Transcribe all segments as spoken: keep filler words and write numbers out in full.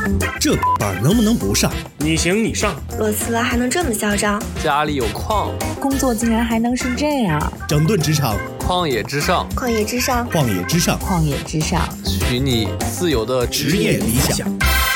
这班能不能不上？ 你行你上。 裸辞还能这么嚣张？ 家里有矿， 工作竟然还能是这样？ 整顿职场， 旷野之上， 旷野之上， 旷野之上， 旷野之上， 许你自由的职业理想。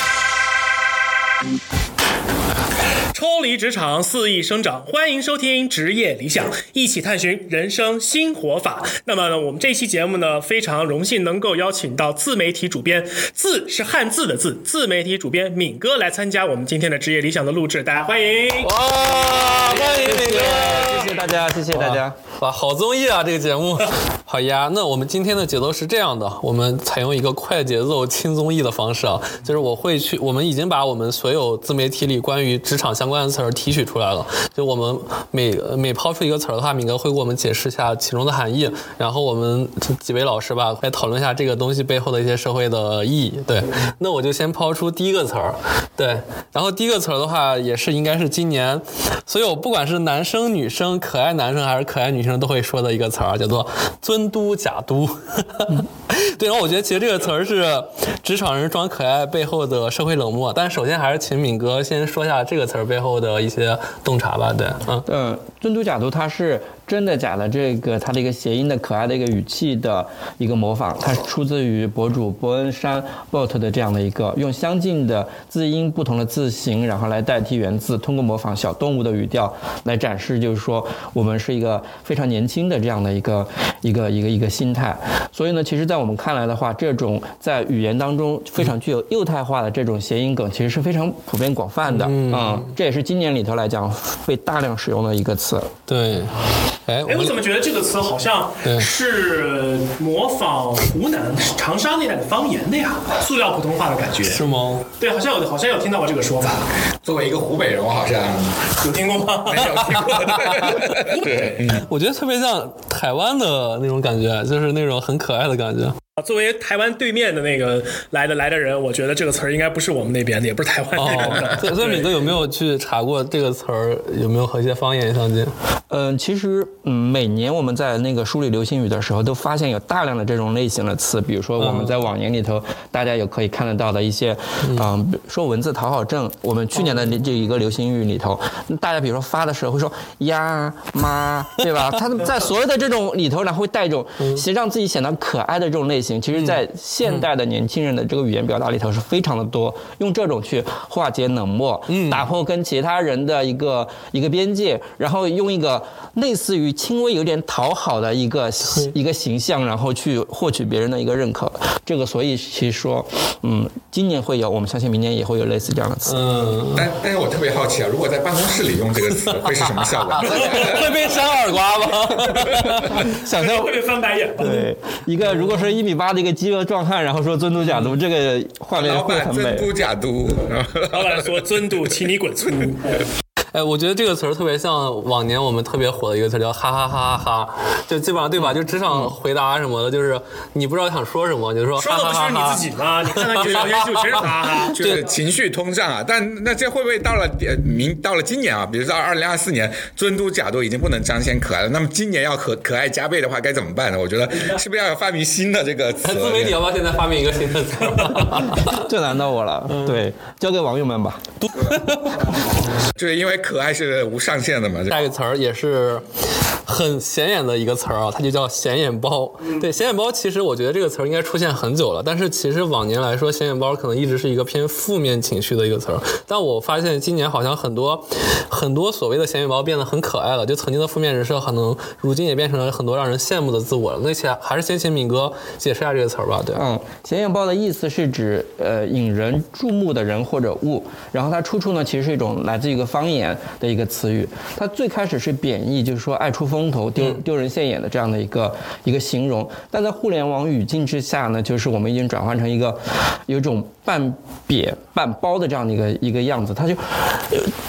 抽离职场，肆意生长，欢迎收听职业理想，一起探寻人生新活法。那么呢，我们这期节目呢，非常荣幸能够邀请到自媒体主编，字是汉字的字，自媒体主编敏哥来参加我们今天的职业理想的录制，大家欢迎！ 哇，欢迎敏哥， 谢谢大家，谢谢大家。 哇，好综艺啊，这个节目。好呀，那我们今天的节奏是这样的，我们采用一个快节奏轻综艺的方式啊，就是我会去，我们已经把我们所有自媒体里关于职场相关的词儿提取出来了，就我们每每抛出一个词儿的话，敏哥会给我们解释一下其中的含义，然后我们几位老师吧来讨论一下这个东西背后的一些社会的意义。对，那我就先抛出第一个词儿，对，然后第一个词儿的话也是应该是今年所有不管是男生女生，可爱男生还是可爱女生都会说的一个词儿，叫做尊嘟假嘟。对，然后我觉得其实这个词儿是职场人装可爱背后的社会冷漠，但首先还是请敏哥先说一下这个词儿背后的一些洞察吧。对，嗯， 呃，尊嘟假嘟它是真的假的，这个它的一个谐音的可爱的一个语气的一个模仿，它是出自于博主伯恩山 bot 的这样的一个用相近的字音不同的字形，然后来代替原字，通过模仿小动物的语调来展示，就是说我们是一个非常年轻的这样的一个一个一个一个心态。所以呢，其实在我们看来的话，这种在语言当中非常具有幼态化的这种谐音梗，其实是非常普遍广泛的。嗯，嗯这也是今年里头来讲被大量使用的一个词。 对。 哎，我怎么觉得这个词好像是模仿湖南长沙那带的方言的呀？塑料普通话的感觉是吗？ 对，好像有，好像有听到过这个说法。 作为一个湖北人，我好像有听过吗？ 没有听过。对， 我觉得特别像台湾的那种感觉，就是那种很可爱的感觉。 作为台湾对面的那个来的来的人，我觉得这个词儿应该不是我们那边的，也不是台湾那边的。 哦、所以敏哥有没有去查过这个词儿有没有和一些方言相近？ 嗯、呃，其实嗯，每年我们在那个梳理流行语的时候，都发现有大量的这种类型的词，比如说我们在往年里头，嗯、大家有可以看得到的一些，嗯、呃，说文字讨好症。我们去年的这一个流行语里头，大家比如说发的时候会说呀妈，对吧？他在所有的这种里头呢，会带一种其实让自己显得可爱的这种类型。其实，在现代的年轻人的这个语言表达里头是非常的多，用这种去化解冷漠，打破跟其他人的一个一个边界，然后用一个类似于轻微有点讨好的一个一个形象，然后去获取别人的一个认可。这个所以其实说，嗯，今年会有，我们相信明年也会有类似这样的词。 嗯，但但是我特别好奇啊，如果在办公室里用这个词，会是什么效果？ 会被扇耳刮吗？ 想象会被翻白眼吧？ 对，一个如果是一米八的一个肌肉壮汉，然后说尊嘟假嘟，这个画面会很美。 尊嘟假嘟， 老板说尊嘟，请你滚粗。 哎，我觉得这个词儿特别像往年我们特别火的一个词叫哈哈哈哈哈，就基本上对吧？就职场回答什么的，就是你不知道想说什么，就是说说的不是你自己吗？你看看你的聊天记录全是哈哈， 就是情绪通畅啊。但那这会不会到了明到了今年啊？比如说二零二四年，尊嘟假嘟已经不能彰显可爱了，那么今年要可可爱加倍的话，该怎么办呢？我觉得是不是要发明新的这个词？ 自媒体要不要现在发明一个新的词？ 这难到我了，嗯、对，交给网友们吧。 就是因为可爱是无上限的嘛。 下一个词儿也是很显眼的一个词儿啊，它就叫显眼包。对，显眼包其实我觉得这个词儿应该出现很久了，但是其实往年来说，显眼包可能一直是一个偏负面情绪的一个词儿。但我发现今年好像很多很多所谓的显眼包变得很可爱了，就曾经的负面人设可能如今也变成了很多让人羡慕的自我了。那且还是先请敏哥解释一下这个词儿吧。对， 嗯，显眼包的意思是指呃引人注目的人或者物，然后它出处呢其实是一种来自于一个方言的一个词语。它最开始是贬义，就是说爱出风头、丢丢人现眼的这样的一个一个形容，但在互联网语境之下呢，就是我们已经转换成一个有一种半瘪半包的这样的一个一个样子，它就。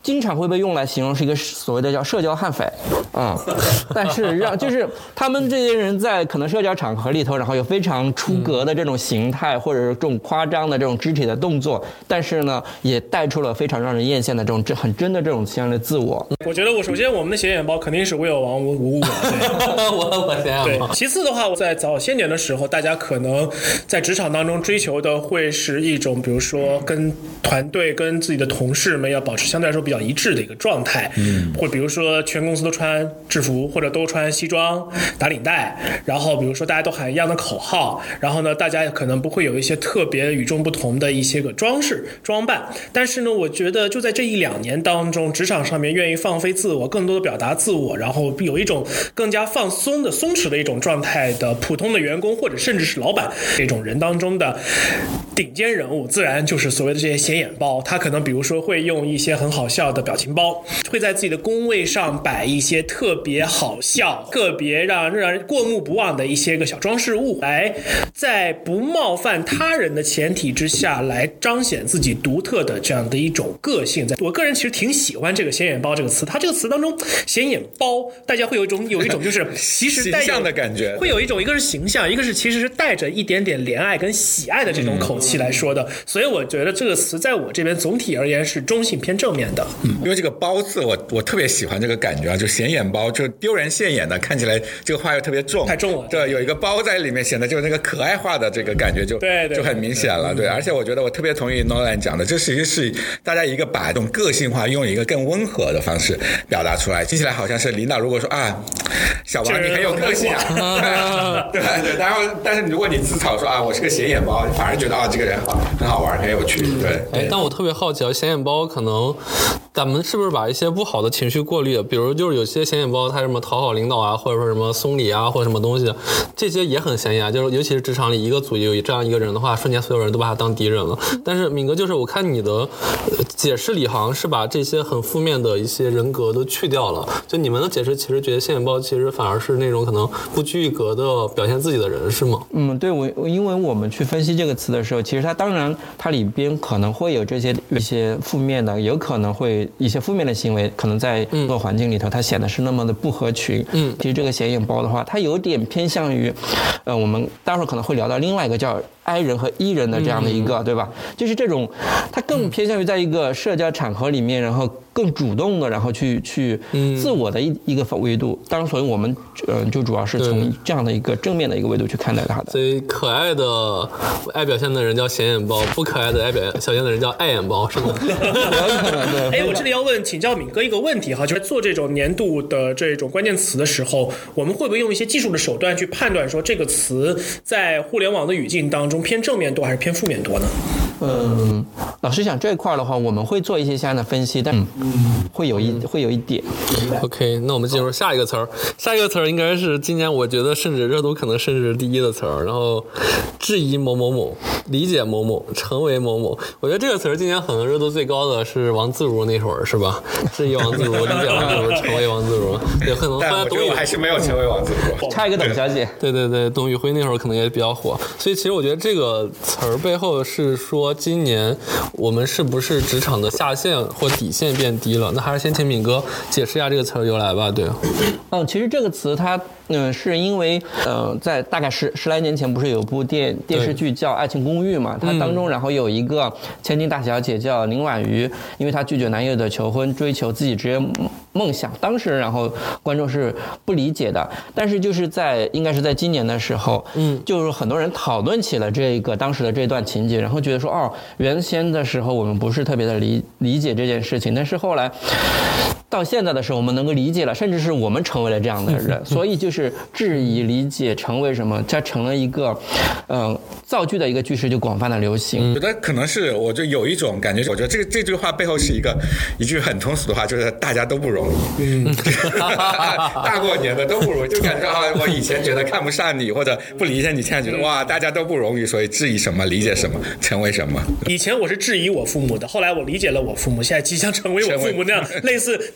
经常会被用来形容是一个所谓的叫社交悍匪啊、嗯，但是让就是他们这些人在可能社交场合里头，然后有非常出格的这种形态，或者是这种夸张的这种肢体的动作，但是呢，也带出了非常让人艳羡的这种真很真的这种形象的自我。 我觉得我首先我们的显眼包肯定是威尔王五五五， 我我显眼包。 对，其次的话，在早些年的时候，大家可能在职场当中追求的会是一种，比如说跟团队、跟自己的同事们要保持相对来说比较一致的一个状态，嗯，或比如说全公司都穿制服，或者都穿西装打领带，然后比如说大家都喊一样的口号，然后呢，大家可能不会有一些特别与众不同的一些个装饰装扮，但是呢，我觉得就在这一两年当中，职场上面愿意放飞自我，更多的表达自我，然后有一种更加放松的松弛的一种状态的普通的员工或者甚至是老板这种人当中的顶尖人物，自然就是所谓的这些显眼包。他可能比如说会用一些很好笑的表情包，会在自己的工位上摆一些特别好笑、特别让让人过目不忘的一些个小装饰物，来在不冒犯他人的前提之下来彰显自己独特的这样的一种个性。我个人其实挺喜欢这个显眼包这个词，它这个词当中显眼包大家会有一种有一种就是其实带形象的感觉， 会有一种一个是形象，一个是其实是带着一点点怜爱跟喜爱的这种口气来说的，所以我觉得这个词在我这边总体而言是中性偏正面的。 嗯，因为这个包字我我特别喜欢这个感觉啊，就显眼包，就丢人现眼的，看起来这个话又特别重， 太重了。 对，有一个包在里面，显得就是那个可爱化的这个感觉就对对就很明显了。对，而且我觉得我特别同意 Nolan 讲的，这其实是大家一个把这种个性化用一个更温和的方式表达出来，听起来好像是领导如果说啊，小王你很有个性啊，对对，然后但是如果你自嘲说啊我是个显眼包，反而觉得啊这个人好很好玩很有趣。对， 哎，但我特别好奇啊，显眼包可能咱们是不是把一些不好的情绪过滤了？比如就是有些显眼包他什么讨好领导啊，或者说什么送礼啊，或者什么东西，这些也很显眼，就是尤其是职场里一个组有这样一个人的话，瞬间所有人都把他当敌人了。但是敏哥就是我看你的解释里好像是把这些很负面的一些人格都去掉了，就你们的解释其实觉得显眼包其实反而是那种可能不拘一格的表现自己的人，是吗？ 嗯，对，我因为我们去分析这个词的时候，其实它当然它里边可能会有这些一些负面的，有可能会一些负面的行为，可能在工作环境里头它显得是那么的不合群。嗯，其实这个显眼包的话，它有点偏向于，呃，我们待会儿可能会聊到另外一个叫I 人和 E 人的这样的一个，嗯、对吧？就是这种，它更偏向于在一个社交场合里面，然后更主动的，然后去去自我的一、嗯、一个维度。当然，所以我们呃就主要是从这样的一个正面的一个维度去看待它的。 所以，可爱的爱表现的人叫显眼包，不可爱的爱表表现的人叫爱眼包，是吗？ 哎，我这里要问请教敏哥一个问题哈，就是做这种年度的这种关键词的时候，我们会不会用一些技术的手段去判断说这个词在互联网的语境当中偏正面多还是偏负面多呢？ 嗯，老实讲这一块的话，我们会做一些相应的分析，但会有一、嗯、会有一点。 OK， 那我们进入下一个词儿，下一个词儿应该是今年我觉得甚至热度可能甚至第一的词儿，然后质疑某某某，理解某某，成为某某。我觉得这个词儿今年可能热度最高的是王自如那会儿，是吧？质疑王自如，理解王自如，成为王自如。对，可能后来董宇还是没有成为王自如， 差一个董小姐。 对对对，董宇辉那会儿可能也比较火，所以其实我觉得这个词儿背后是说今年我们是不是职场的下限或底线变低了？那还是先请敏哥解释一下这个词儿由来吧。对， 嗯，其实这个词它嗯是因为呃在大概十十来年前不是有部电电视剧叫《爱情公寓》嘛，它当中然后有一个千金大小姐叫林婉瑜，因为她拒绝男友的求婚，追求自己职业梦想，当时然后观众是不理解的，但是就是在应该是在今年的时候，嗯，就是很多人讨论起了这个当时的这段情节，然后觉得说哦，原先的时候我们不是特别的理理解这件事情，但是后来到现在的时候我们能够理解了，甚至是我们成为了这样的人，所以就是质疑理解成为什么，它成了一个嗯、呃、造句的一个句式就广泛的流行。 我觉得可能是我就有一种感觉，我觉得这个这句话背后是一个一句很通俗的话，就是大家都不容易，嗯，大过年的都不容易，就感觉啊，我以前觉得看不上你或者不理解你，现在觉得哇，大家都不容易，所以质疑什么，理解什么，成为什么。 以前我是质疑我父母的，后来我理解了我父母，现在即将成为我父母那样类似那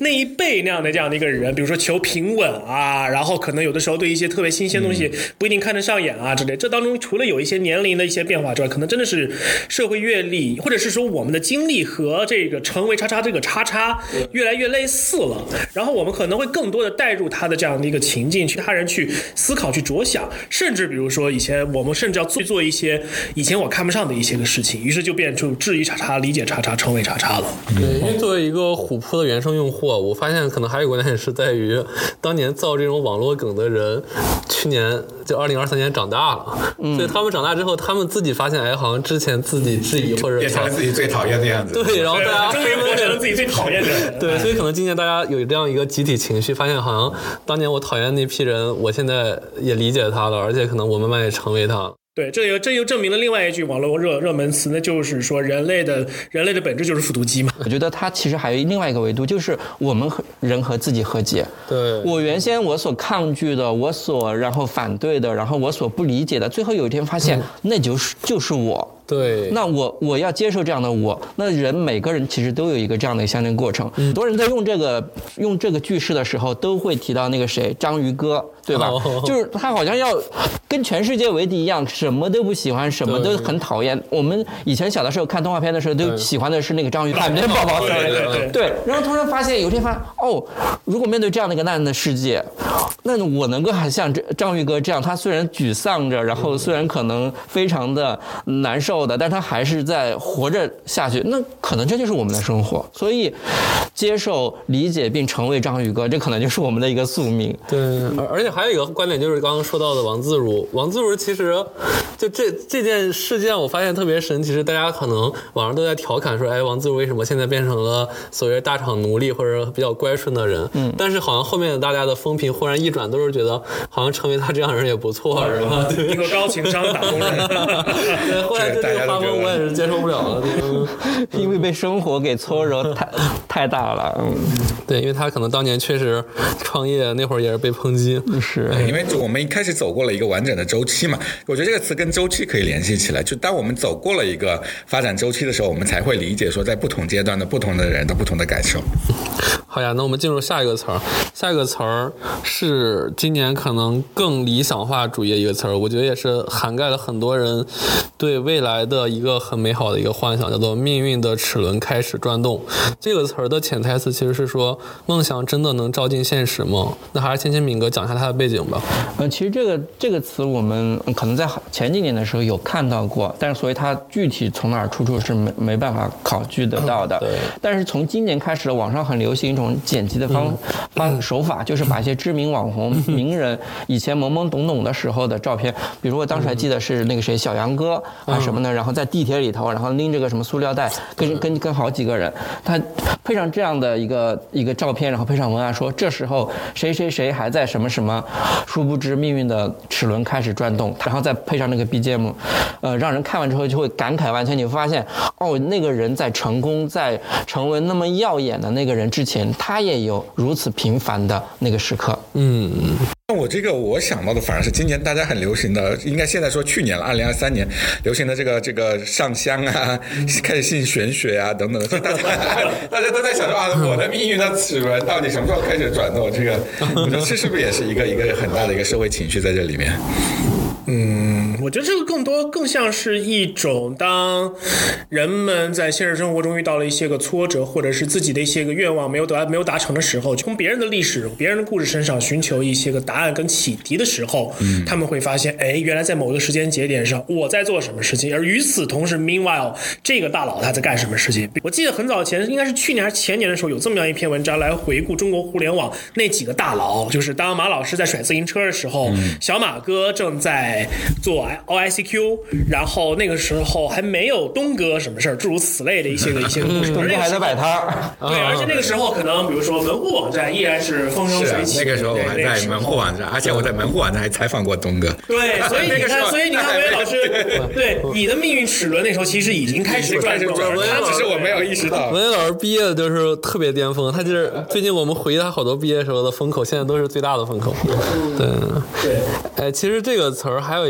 那一辈那样的这样的一个人，比如说求平稳啊，然后可能有的时候对一些特别新鲜东西不一定看得上眼啊之类。这当中除了有一些年龄的一些变化之外，可能真的是社会阅历，或者是说我们的经历和这个成为叉叉这个叉叉越来越类似了，然后我们可能会更多的带入他的这样的一个情境，去他人去思考去着想，甚至比如说以前我们甚至要做做一些以前我看不上的一些个事情，于是就变出质疑叉叉、理解叉叉、成为叉叉了。 对，因为作为一个虎扑的原生用户，我发现可能还有一个观点是在于，当年造这种网络梗的人，去年就二零二三年长大了，嗯、所以他们长大之后，他们自己发现，哎，好像之前自己质疑或者变成了自己最讨厌的样子。 对，然后大家终于变成了自己最讨厌的人。 对，所以可能今年大家有这样一个集体情绪，发现好像当年我讨厌那批人，我现在也理解他了，而且可能我慢慢也成为他。 对，这又这又证明了另外一句网络热热门词，那就是说人类的人类的本质就是复读机嘛。 我觉得它其实还有另外一个维度，就是我们和人和自己和解。 对， 我原先我所抗拒的，我所然后反对的，然后我所不理解的，最后有一天发现，嗯、那就是就是我。 对， 那我我要接受这样的我。那人每个人其实都有一个这样的相应过程。很多人在用这个用这个句式的时候，都会提到那个谁，章鱼哥，对吧？哦、就是他好像要跟全世界为敌一样，什么都不喜欢，什么都很讨厌。我们以前小的时候看动画片的时候，都喜欢的是那个章鱼海绵宝宝。 对对对。 对，然后突然发现有一天发现，哦，如果面对这样的一个烂的世界，那我能够还像章鱼哥这样，他虽然沮丧着，然后虽然可能非常的难受。但他还是在活着下去，那可能这就是我们的生活。所以接受、理解并成为章鱼哥，这可能就是我们的一个宿命。 对，而且还有一个观点就是刚刚说到的王自如。王自如其实就这这件事件，我发现特别神奇，是大家可能网上都在调侃说，哎，王自如为什么现在变成了所谓大厂奴隶或者比较乖顺的人？嗯，但是好像后面大家的风评忽然一转，都是觉得好像成为他这样的人也不错，是吧？对， 一个高情商打工人。 对，后来这个发疯我也是接受不了了， 因为被生活给搓揉太太大了。嗯， 对，因为他可能当年确实创业那会儿也是被抨击。 是， 因为我们一开始走过了一个完整的周期嘛，我觉得这个词跟周期可以联系起来。就当我们走过了一个发展周期的时候，我们才会理解说，在不同阶段的不同的人的不同的感受。 好呀，那我们进入下一个词儿。下一个词儿是今年可能更理想化主义的一个词儿，我觉得也是涵盖了很多人对未来的一个很美好的一个幻想，叫做命运的齿轮开始转动。这个词儿的潜台词其实是说，梦想真的能照进现实吗？那还是先请敏哥讲一下它的背景吧。 嗯，其实这个这个词我们可能在前几年的时候有看到过，但是所以它具体从哪儿出处是没没办法考据得到的。 对。 但是从今年开始，网上很流行一种剪辑的方方手法，就是把一些知名网红、名人以前懵懵懂懂的时候的照片，比如我当时还记得是那个谁小杨哥啊什么的，然后在地铁里头，然后拎着个什么塑料袋，跟跟跟好几个人，他配上这样的一个一个照片，然后配上文案说这时候谁谁谁还在什么什么，殊不知命运的齿轮开始转动，然后再配上那个 B G M， 呃，让人看完之后就会感慨万千。你会发现，哦，那个人在成功，在成为那么耀眼的那个人之前，他也有如此平凡的那个时刻。 嗯。 我这个我想到的反而是今年大家很流行的，应该现在说去年了，二零二三年流行的这个这个上香啊，开始信玄学啊等等的，大家大家都在想说啊，我的命运的齿轮到底什么时候开始转动？这个我觉得这是不是也是一个一个很大的一个社会情绪在这里面？ 嗯，我觉得这个更多更像是一种，当人们在现实生活中遇到了一些个挫折，或者是自己的一些个愿望没有达没有达成的时候，从别人的历史、别人的故事身上寻求一些个答案跟启迪的时候，嗯，他们会发现，哎，原来在某个时间节点上我在做什么事情，而与此同时 ，meanwhile 这个大佬他在干什么事情。我记得很早前，应该是去年还是前年的时候，有这么样一篇文章来回顾中国互联网那几个大佬，就是当马老师在甩自行车的时候，嗯，小马哥正在做 O I C Q， 然后那个时候还没有东哥什么事儿，诸如此类的一些个一些个故事。 东哥还在摆摊儿， 对，而且那个时候可能比如说门户网站依然是风生水起。 那个时候我还在门户网站，而且我在门户网站还采访过东哥。 对，所以你看，所以你看，韦老师，对你的命运齿轮那时候其实已经开始转动了， 只是我没有意识到。 文老师毕业的就是特别巅峰，他就是最近我们回忆他好多毕业时候的风口，现在都是最大的风口。对对， 对， 哎，其实这个词儿还有一个火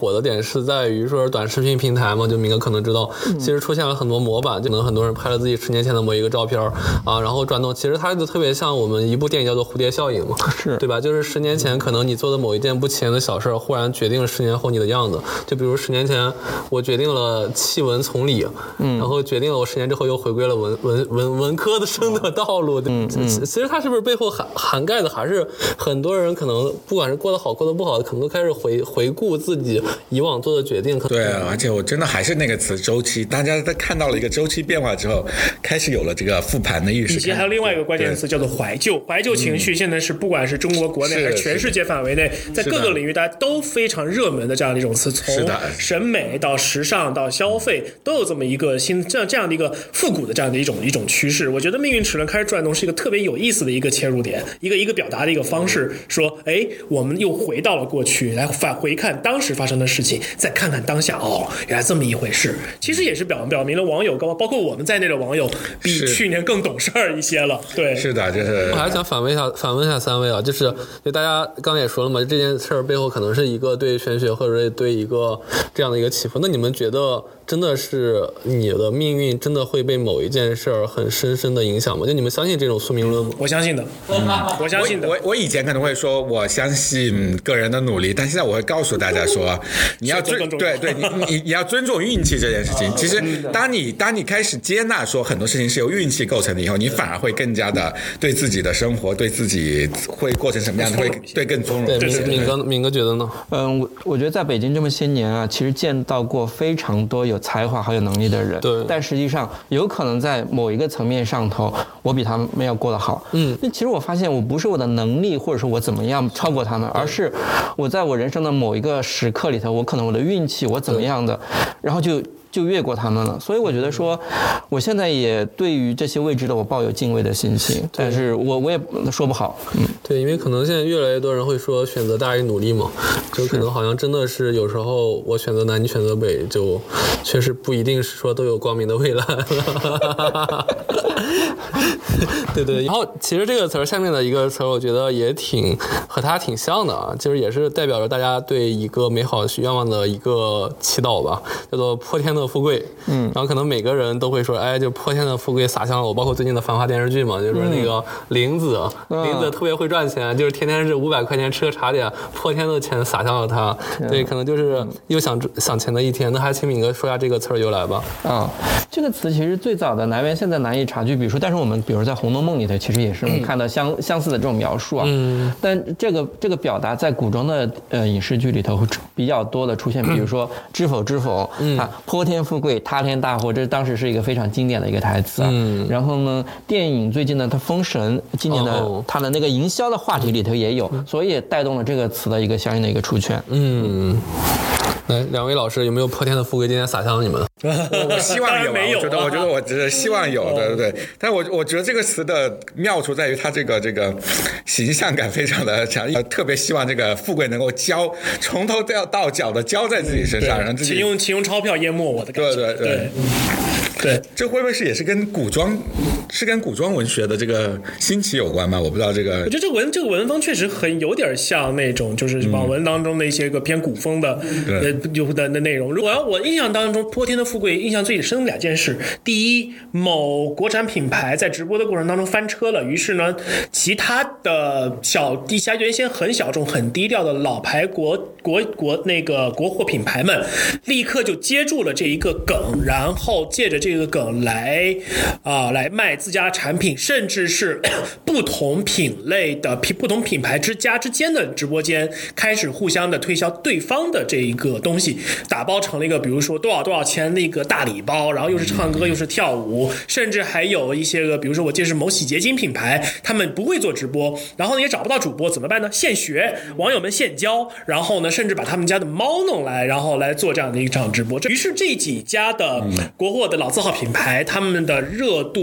火的点是在于说短视频平台嘛，就明哥可能知道，其实出现了很多模板，就可能很多人拍了自己十年前的某一个照片啊，然后转动，其实它就特别像我们一部电影叫做《蝴蝶效应》嘛， 是对吧？就是十年前可能你做的某一件不起眼的小事儿，忽然决定了十年后你的样子。就比如十年前我决定了弃文从理，嗯，然后决定了我十年之后又回归了文文文文科的生的道路。嗯嗯，其实它是不是背后涵涵盖的还是很多人可能不管是过得好过得不好，可能都开始回回顾自己以往做的决定。 对，而且我真的还是那个词周期，大家在看到了一个周期变化之后，开始有了这个复盘的意识。 以及还有另外一个关键词叫做怀旧，怀旧情绪现在是不管是中国国内还是全世界范围内，在各个领域大家都非常热门的这样的一种词，从审美到时尚到消费，都有这么一个新这样这样的一个复古的这样的一种一种趋势。我觉得命运齿轮开始转动是一个特别有意思的一个切入点，一个一个表达的一个方式，说，哎，我们又回到了过去，来返回看当时发生的事情，再看看当下，哦，原来这么一回事。其实也是表表明了网友，包括我们在内的网友，比去年更懂事儿一些了。对， 是的，就是。 我还想反问一下，反问一下三位啊，就是就大家刚才也说了嘛，这件事儿背后可能是一个对玄学或者对一个这样的一个起伏。那你们觉得真的是你的命运真的会被某一件事儿很深深的影响吗？就你们相信这种宿命论吗？ 我相信的，嗯，我相信的。 我我, 我以前可能会说我相信个人的努力，但现在我会告诉大家说，你要尊对对，你你你要尊重运气这件事情。其实当你当你开始接纳说很多事情是由运气构成的以后，你反而会更加的对自己的生活，对自己会过成什么样的会对更从容。 对，敏敏哥敏哥觉得呢？ 嗯，我我觉得在北京这么些年啊，其实见到过非常多有才华和有能力的人， 对， 但实际上有可能在某一个层面上头，我比他们要过得好。嗯，那其实我发现我不是我的能力或者说我怎么样超过他们，而是我在我人生的某一个时刻里头，我可能我的运气我怎么样的，然后就就越过他们了。所以我觉得说，我现在也对于这些未知的我抱有敬畏的心情，但是我我也说不好。嗯， 对，因为可能现在越来越多人会说选择大于努力嘛，就可能好像真的是有时候我选择南，你选择北，就确实不一定是说都有光明的未来了。对对，然后其实这个词儿下面的一个词儿，我觉得也挺和它挺像的啊，就是也是代表着大家对一个美好愿望的一个祈祷吧，叫做破天的富贵。嗯，然后可能每个人都会说，哎，就破天的富贵洒向了我，包括最近的繁华电视剧嘛，就是那个林子，嗯、林子特别会赚钱，就是天天是五百块钱吃个茶点，破天的钱洒向了他。对，可能就是又想想钱的一天。那还请敏哥说一下这个词儿由来吧。 啊，这个词其实最早的来源现在难以查据，比如说，但是我们比如在《红楼梦》里头，其实也是能看到相、嗯、相似的这种描述啊。嗯。但这个这个表达在古装的呃影视剧里头会比较多的出现，比如说《知否知否》嗯、啊，泼天富贵，塌天大祸，这当时是一个非常经典的一个台词啊。嗯。然后呢，电影最近呢，它《封神》今年的、哦、它的那个营销的话题里头也有，所以也带动了这个词的一个相应的一个出圈。 嗯。来，两位老师有没有破天的富贵今天洒向你们？ 我我希望有、啊，我觉得我觉得我只是希望有，对对对。但我我觉得这个词的妙处在于它这个这个形象感非常的强，特别希望这个富贵能够交从头到到脚的交在自己身上，让自己请用请用钞票淹没我的感觉。 对对对。对对， 这会不会是也是跟古装是跟古装文学的这个兴起有关吗？我不知道这个。 我觉得这个文这个文风确实很有点像那种就是网文当中的一些个偏古风的、嗯、呃有的的内容。如果要我印象当中，泼天的富贵印象最深的两件事：第一，某国产品牌在直播的过程当中翻车了，于是呢，其他的小地下原先很小众、很低调的老牌国国国那个国货品牌们，立刻就接住了这一个梗，然后借着这。这个梗来啊、呃、来卖自家产品，甚至是不同品类的不同品牌之家之间的直播间开始互相的推销对方的这一个东西，打包成了一个比如说多少多少钱的一个大礼包，然后又是唱歌又是跳舞，甚至还有一些个比如说我记得是某洗洁精品牌，他们不会做直播，然后呢也找不到主播，怎么办呢？现学，网友们现教，然后呢甚至把他们家的猫弄来，然后来做这样的一场直播。于是这几家的国货的老字号品牌，他们的热度知名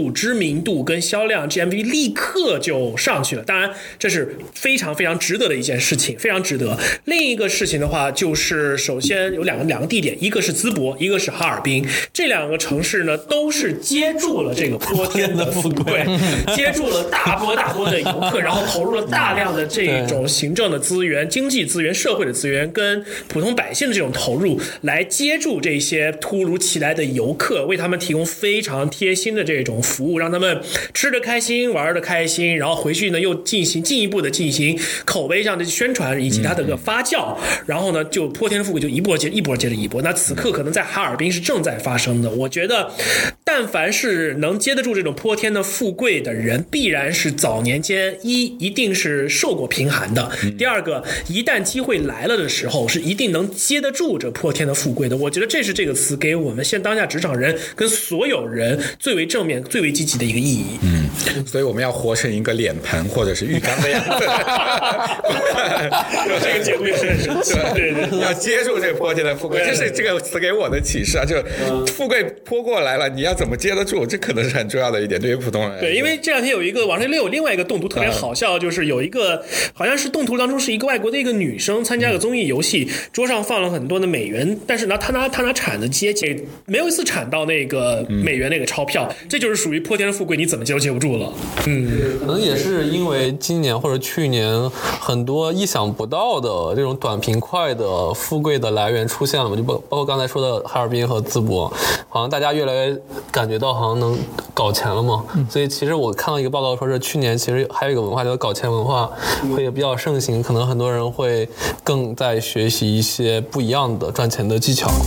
名度跟销量 G M V 立刻就上去了。当然，这是非常非常值得的一件事情，非常值得。另一个事情的话，就是首先有两个两个地点，一个是淄博，一个是哈尔滨。这两个城市呢，都是接住了这个泼天的富贵，接住了大波大波的游客，然后投入了大量的这种行政的资源、经济资源、社会的资源跟普通百姓的这种投入，来接住这些突如其来的游客，为他们提供非常贴心的这种服务，让他们吃得开心，玩得开心，然后回去呢又进行进一步的进行口碑上的宣传以及它的个发酵，然后呢就泼天的富贵就一波接一波接着一波。那此刻可能在哈尔滨是正在发生的。我觉得，但凡是能接得住这种泼天的富贵的人，必然是早年间一一定是受过贫寒的，第二个一旦机会来了的时候，是一定能接得住这泼天的富贵的。我觉得这是这个词给我们现当下职场人跟所有人最为正面、最为积极的一个意义。 嗯，所以我们要活成一个脸盆或者是浴缸的样子。 这个解读也是很神奇。对对对， 要接住这个泼天的富贵，这是这个词给我的启示啊！就富贵泼过来了，你要怎么接得住？这可能是很重要的一点，对于普通人。 对，因为这两天有一个网上有另外一个动图特别好笑，就是有一个好像是动图当中是一个外国的一个女生参加个综艺游戏，桌上放了很多的美元，但是呢，她拿她拿铲子接接，没有一次铲到那个美元那个钞票，这就是属于泼天的富贵，你怎么接都接不住了。嗯， 可能也是因为今年或者去年很多意想不到的这种短平快的富贵的来源出现了嘛，就包包括刚才说的哈尔滨和淄博，好像大家越来越感觉到好像能搞钱了嘛。嗯、所以其实我看到一个报告说是去年其实还有一个文化叫搞钱文化会比较盛行，可能很多人会更在学习一些不一样的赚钱的技巧。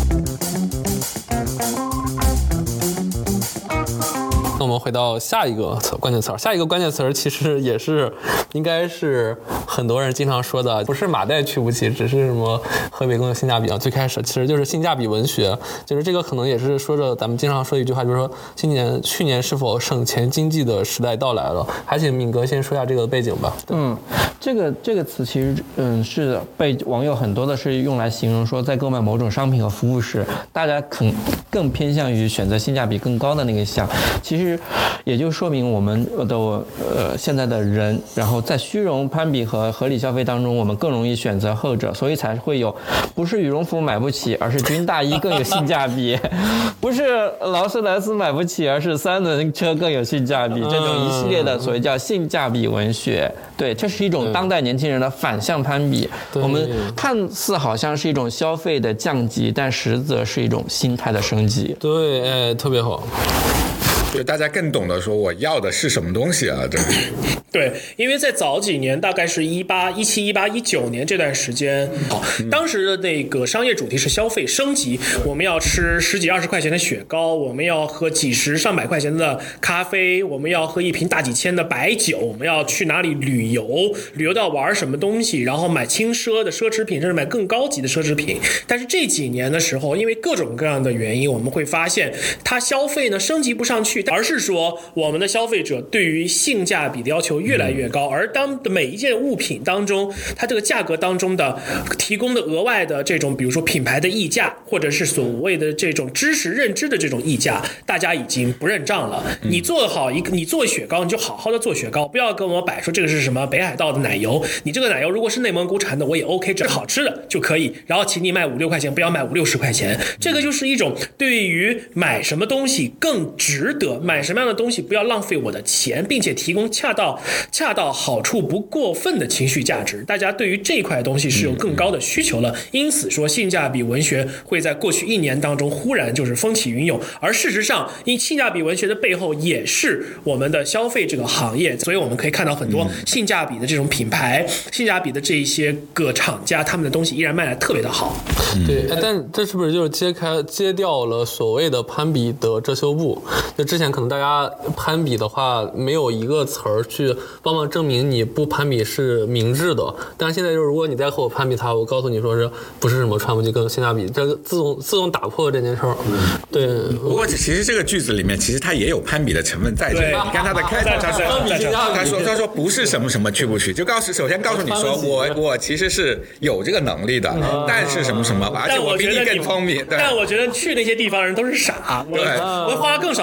那我们回到下一个词关键词，下一个关键词其实也是应该是很多人经常说的，不是马代去不起，只是什么河北更有性价比啊。最开始其实就是性价比文学，就是这个可能也是说着咱们经常说一句话，就是说今年去年是否省钱经济的时代到来了。还请敏哥先说一下这个背景吧。 嗯，这个这个词其实嗯是被网友很多的是用来形容说，在购买某种商品和服务时，大家肯更偏向于选择性价比更高的那个项。其实也就说明我们的呃现在的人，然后在虚荣攀比和合理消费当中，我们更容易选择后者，所以才会有不是羽绒服买不起，而是军大衣更有性价比；不是劳斯莱斯买不起，而是三轮车更有性价比。这种一系列的所谓叫性价比文学，对，这是一种当代年轻人的反向攀比。我们看似好像是一种消费的降级，但实则是一种心态的升级。 对，哎，特别好。 就大家更懂得说我要的是什么东西啊，对。 对，因为在早几年，大概是一八、一七、一八、一九年这段时间，当时的那个商业主题是消费升级，我们要吃十几二十块钱的雪糕，我们要喝几十上百块钱的咖啡，我们要喝一瓶大几千的白酒，我们要去哪里旅游，旅游到玩什么东西，然后买轻奢的奢侈品，甚至买更高级的奢侈品。但是这几年的时候，因为各种各样的原因，我们会发现它消费呢升级不上去，而是说我们的消费者对于性价比的要求越来越高，而当每一件物品当中，它这个价格当中的提供的额外的这种，比如说品牌的溢价，或者是所谓的这种知识认知的这种溢价，大家已经不认账了。你做好一个，你做雪糕，你就好好的做雪糕，不要跟我摆说这个是什么北海道的奶油，你这个奶油如果是内蒙古产的，我也 OK， 只要好吃的就可以。然后请你卖五六块钱，不要卖五六十块钱。这个就是一种对于买什么东西更值得，买什么样的东西不要浪费我的钱，并且提供恰到恰到好处不过分的情绪价值，大家对于这块东西是有更高的需求了。因此说性价比文学会在过去一年当中忽然就是风起云涌，而事实上因性价比文学的背后也是我们的消费这个行业，所以我们可以看到很多性价比的这种品牌，性价比的这一些个厂家，他们的东西依然卖得特别的好。 对，但这是不是就是揭开揭掉了所谓的攀比的遮羞布？就之前可能大家攀比的话没有一个词儿去帮忙证明你不攀比是明智的，但是现在就是如果你再和我攀比它，我告诉你说是不是什么穿不进更性价比，这个自动自动打破了这件事儿。对， 不过其实这个句子里面其实它也有攀比的成分在这里。你看它的开头，他说他说他说不是什么什么去不去，就告诉首先告诉你说我我其实是有这个能力的，但是什么什么，而且我比你更聪明。 但我觉得去那些地方人都是傻，我我花更少的钱得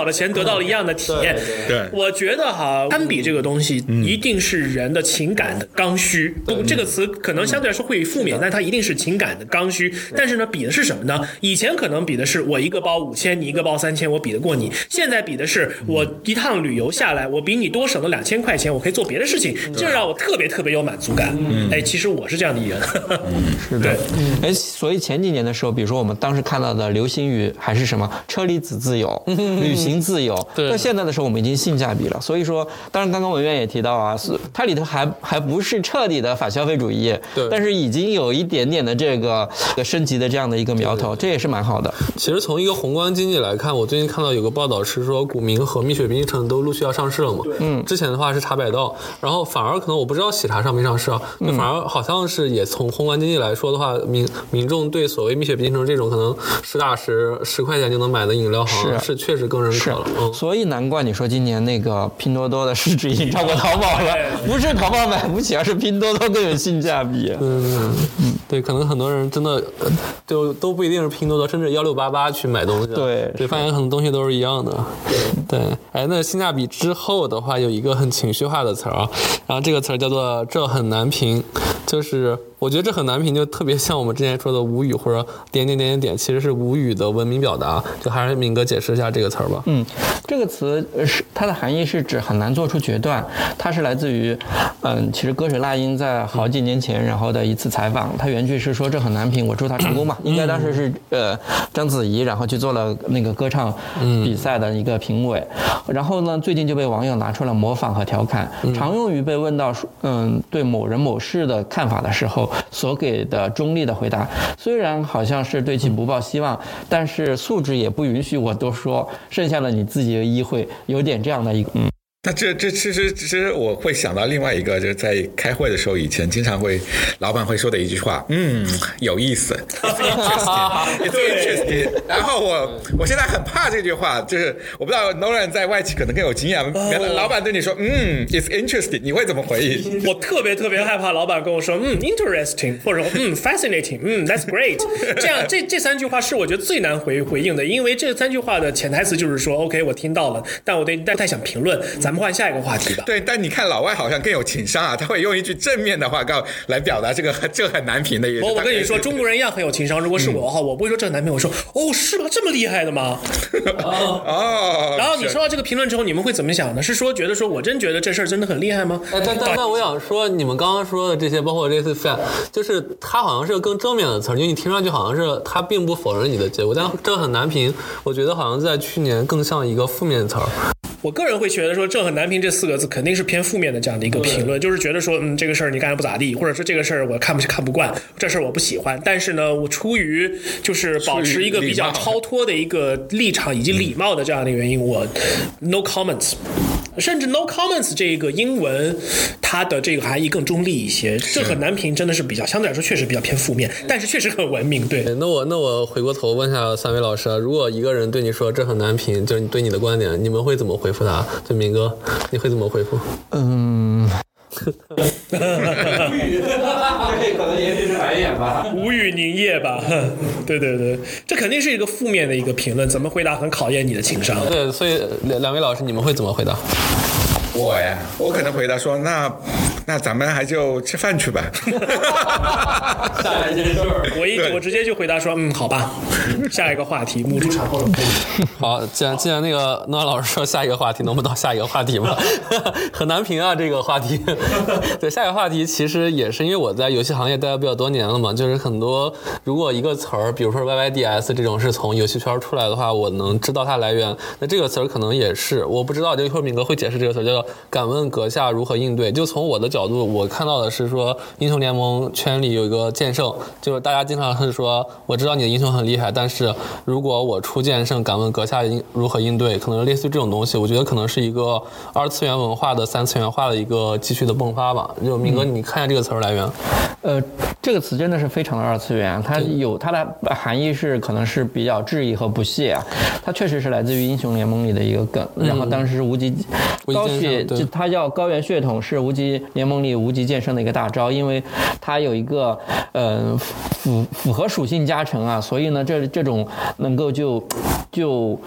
到了一样的体验。 对， 我觉得哈，攀比这个东西一定是人的情感的刚需。不，这个词可能相对来说会负面，但它一定是情感的刚需。但是呢，比的是什么呢？以前可能比的是我一个包五千，你一个包三千，我比得过你。现在比的是我一趟旅游下来，我比你多省了两千块钱，我可以做别的事情，这让我特别特别有满足感。哎，其实我是这样的一人。 是的，哎，所以前几年的时候，比如说我们当时看到的流行语还是什么车厘子自由、旅行自由，那现在的时候我们已经性价比了。所以说，当然刚刚文渊也提到啊，它里头还还不是彻底的反消费主义，但是已经有一点点的这个升级的这样的一个苗头，这也是蛮好的。 其实从一个宏观经济来看，我最近看到有个报道是说，古茗和蜜雪冰城都陆续要上市了嘛。嗯，之前的话是茶百道，然后反而可能我不知道喜茶上没上市啊，就反而好像是也从宏观经济来说的话，民民众对所谓蜜雪冰城这种可能实打实十块钱就能买的饮料，好像是确实更认可了。嗯， 所以难怪你说今年那个拼多多的市值已经超过淘宝了，不是淘宝买不起，而是拼多多更有性价比。 嗯嗯，对，可能很多人真的就都不一定是拼多多，甚至幺六八八去买东西。 对对，发现很多东西都是一样的。对，哎，那性价比之后的话，有一个很情绪化的词儿啊，然后这个词儿叫做“这很难评”，就是我觉得这很难评，就特别像我们之前说的无语或者点点点点点，其实是无语的文明表达。就还是敏哥解释一下这个词儿吧。 嗯，这个词是它的含义是指很难做出决断，它是来自于，嗯，其实歌手那英在好几年前然后的一次采访，他原句是说这很难评，我祝他成功嘛。应该当时是呃章子怡然后去做了那个歌唱比赛的一个评委，然后呢最近就被网友拿出了模仿和调侃，常用于被问到嗯对某人某事的看法的时候所给的中立的回答，虽然好像是对其不抱希望，但是素质也不允许我多说，剩下的你自己的意会，有点这样的一个嗯。 那这这其实其实我会想到另外一个，就是在开会的时候，以前经常会老板会说的一句话，嗯，有意思 ，it's interesting，it's interesting。然后我我现在很怕这句话，就是我不知道 Nolan 在外企可能更有经验，原来老板对你说，嗯 ，it's interesting， 你会怎么回应？ 我特别特别害怕老板跟我说，嗯 ，interesting， 或者说嗯 ，fascinating， 嗯 ，that's great。这样这这三句话是我觉得最难回回应的，因为这三句话的潜台词就是说 ，OK， 我听到了，但我对但太想评论，咱们。换下一个话题吧。 对，但你看老外好像更有情商啊，他会用一句正面的话告来表达这个这很难评的意思。 我我跟你说，中国人一样很有情商。如果是我的话，嗯、我不会说这很难评，我说哦，是吗？这么厉害的吗？ 哦。 然后你收到这个评论之后，你们会怎么想呢？是说觉得说我真觉得这事儿真的很厉害吗？ 哎，但但但我想说，你们刚刚说的这些，包括这次 fan， 就是它好像是个更正面的词，因为你听上去好像是它并不否认你的结果，但这很难评，我觉得好像在去年更像一个负面词儿。 我个人会觉得说这很难评这四个字肯定是偏负面的这样的一个评论，就是觉得说嗯这个事儿你干得不咋地，或者说这个事儿我看不看不惯，这事儿我不喜欢。但是呢，我出于就是保持一个比较超脱的一个立场以及礼貌的这样的原因，我 no comments。甚至 no comments 这个英文它的这个含义更中立一些，这很难评真的是比较相对来说确实比较偏负面，但是确实很文明。对， 那我那我回过头问一下三位老师，如果一个人对你说这很难评，就是对你的观点，你们会怎么回复他？就明哥，你会怎么回复？ 嗯。对，可能也许是白眼吧， 无语凝噎吧。对对对，这肯定是一个负面的一个评论，怎么回答很考验你的情商。 对，所以两位老师，你们会怎么回答？ 我呀，我可能回答说，那那咱们还就吃饭去吧。 下来件事儿， 我一我直接就回答说，嗯，好吧，下一个话题，母猪产后。 好，既然既然那个诺老师说下一个话题，能不能到下一个话题吗？很难评啊，这个话题。对，下一个话题其实也是因为我在游戏行业待了比较多年了嘛，就是很多如果一个词儿，比如说 Y Y D S 这种是从游戏圈出来的话，我能知道它来源，那这个词儿可能也是，我不知道，就一会儿敏哥会解释这个词儿叫做敢问阁下如何应对。就从我的角度，我看到的是说英雄联盟圈里有一个剑圣，就是大家经常是说我知道你的英雄很厉害，但是如果我出剑圣，敢问阁下如何应对，可能类似于这种东西，我觉得可能是一个二次元文化的三次元化的一个继续的迸发吧。就明哥你看一下这个词儿来源。 呃这个词真的是非常的二次元，它有它的含义是可能是比较质疑和不屑啊，它确实是来自于英雄联盟里的一个梗，嗯、然后当时无极高血，它叫高原血统，是无极联盟里无极剑圣的一个大招，因为它有一个呃符符合属性加成啊，所以呢这这种能够就就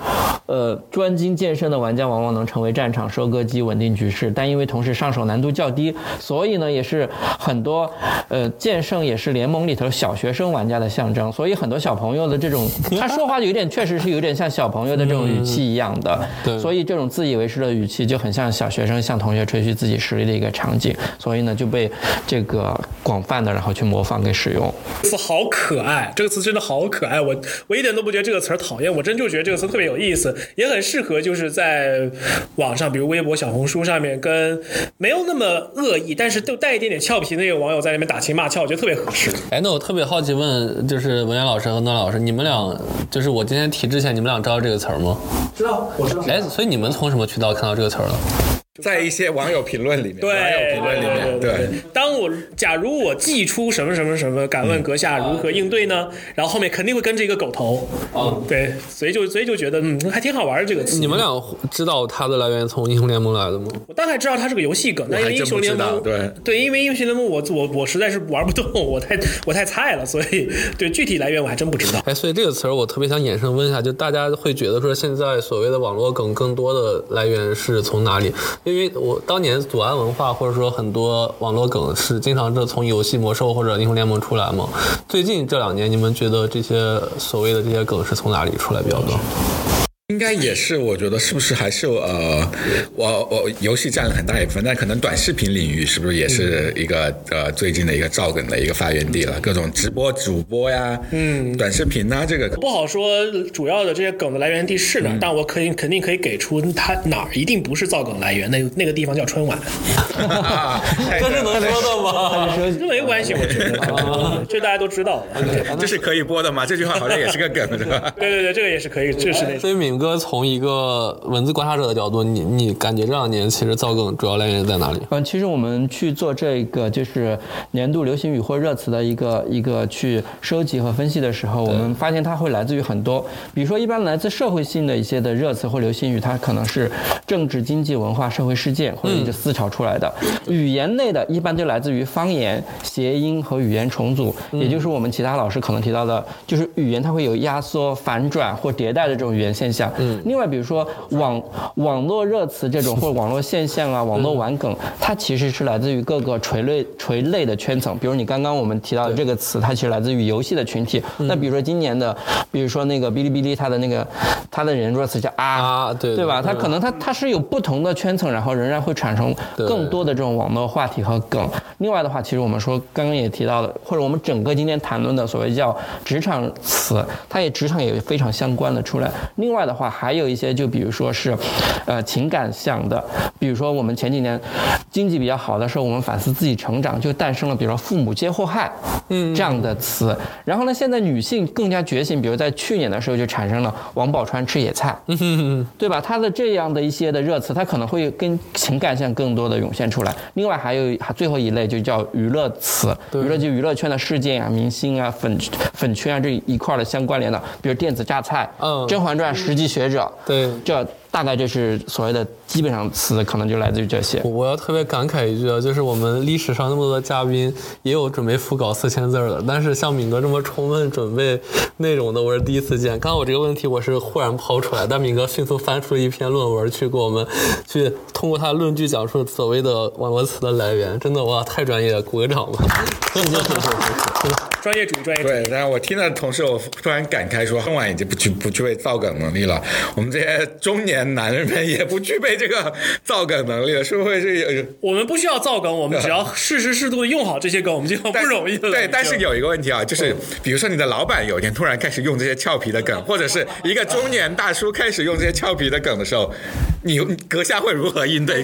呃，专精健身的玩家往往能成为战场收割机，稳定局势，但因为同时上手难度较低，所以呢，也是很多呃剑圣也是联盟里头小学生玩家的象征。所以很多小朋友的这种，他说话有点确实是有点像小朋友的这种语气一样的， 嗯、 所以这种自以为是的语气就很像小学生向同学吹嘘自己实力的一个场景，所以呢就被这个广泛的然后去模仿给使用。 这个词好可爱，这个词真的好可爱，我我一点都不觉得这个词讨厌，我真就觉得这个词特别有意思，也很适合就是在网上，比如微博、小红书上面跟没有那么恶意，但是都带一点点俏皮的那个网友在那边打情骂俏，我觉得特别合适。 哎，那我特别好奇问，就是文渊老师和段老师，你们俩就是我今天提之前，你们俩知道这个词吗？ 知道，我知道。 哎，所以你们从什么渠道看到这个词儿的？ 在一些网友评论里面， 对， 网友评论里面， 对对对对。当我假如我寄出什么什么什么，敢问阁下如何应对呢？然后后面肯定会跟着一个狗头。哦，对，所以就所以就觉得嗯还挺好玩的这个词。 你们俩知道它的来源从英雄联盟来的吗？ 我大概知道它是个游戏梗，但因为英雄联盟对对，因为英雄联盟我我我实在是玩不动，我太我太菜了，所以对具体来源我还真不知道。 哎，所以这个词儿我特别想衍生问一下，就大家会觉得说现在所谓的网络梗更多的来源是从哪里？因为我当年左岸文化或者说很多网络梗是经常是从游戏魔兽或者英雄联盟出来嘛。最近这两年你们觉得这些所谓的这些梗是从哪里出来比较多？ 应该也是，我觉得是不是还是呃，我我游戏占了很大一部分，但可能短视频领域是不是也是一个呃最近的一个造梗的一个发源地了？各种直播主播呀，嗯，短视频啊，这个不好说主要的这些梗的来源地是哪儿，嗯、但我可以肯定可以给出它哪儿一定不是造梗来源，那那个地方叫春晚。 这是能说的吗？ 这没关系，我觉得，这大家都知道了。 这是可以播的吗？这句话好像也是个梗，对吧？ 对对对，这个也是可以，这是那。 所以敏哥从一个文字观察者的角度，你你感觉这两年其实造梗主要来源在哪里？ 嗯，其实我们去做这个就是年度流行语或热词的一个一个去收集和分析的时候，我们发现它会来自于很多，比如说一般来自社会性的一些的热词或流行语，它可能是政治、经济、文化、社会事件或者一个思潮出来的。嗯、语言类的，一般就来自于方言、谐音和语言重组，嗯、也就是我们其他老师可能提到的，就是语言它会有压缩、反转或迭代的这种语言现象。嗯，另外比如说网网络热词这种或者网络现象啊，网络玩梗，它其实是来自于各个垂类垂类的圈层。比如你刚刚我们提到的这个词，它其实来自于游戏的群体。那比如说今年的，比如说那个哔哩哔哩，它的那个它的人热词叫啊，对对吧？它可能它它是有不同的圈层，然后仍然会产生更多的这种网络话题和梗。另外的话，其实我们说刚刚也提到的，或者我们整个今天谈论的所谓叫职场词，它也职场也非常相关的出来。另外的话，还有一些就比如说是，呃，情感向的，比如说我们前几年经济比较好的时候，我们反思自己成长，就诞生了比如说父母皆祸害，嗯，这样的词。然后呢，现在女性更加觉醒，比如在去年的时候就产生了王宝钏吃野菜，嗯，对吧？它的这样的一些的热词，它可能会跟情感向更多的涌现出来。另外还有最后一类就叫娱乐词，娱乐就娱乐圈的事件啊、明星啊、粉粉圈啊这一块的相关联的，比如电子榨菜、嗯、甄嬛传、实际学者，对，这大概这是所谓的基本上词，可能就来自于这些。 我要特别感慨一句啊，就是我们历史上那么多的嘉宾，也有准备副稿四千字的，但是像敏哥这么充分准备内容的，我是第一次见。刚刚我这个问题我是忽然抛出来，但敏哥迅速翻出了一篇论文去给我们去通过他的论据讲述所谓的网络词的来源，真的哇，太专业了，鼓个掌吧。 专业主义，专业主义。 对，然后我听到同时，我突然感慨说，春晚已经不具不具备造梗能力了，我们这些中年男人们也不具备这个造梗能力了，是不是是？ 我们不需要造梗，我们只要适时适度的用好这些梗，我们就不容易了。 对，但是有一个问题啊，就是比如说你的老板有一天突然开始用这些俏皮的梗，或者是一个中年大叔开始用这些俏皮的梗的时候，你阁下会如何应对？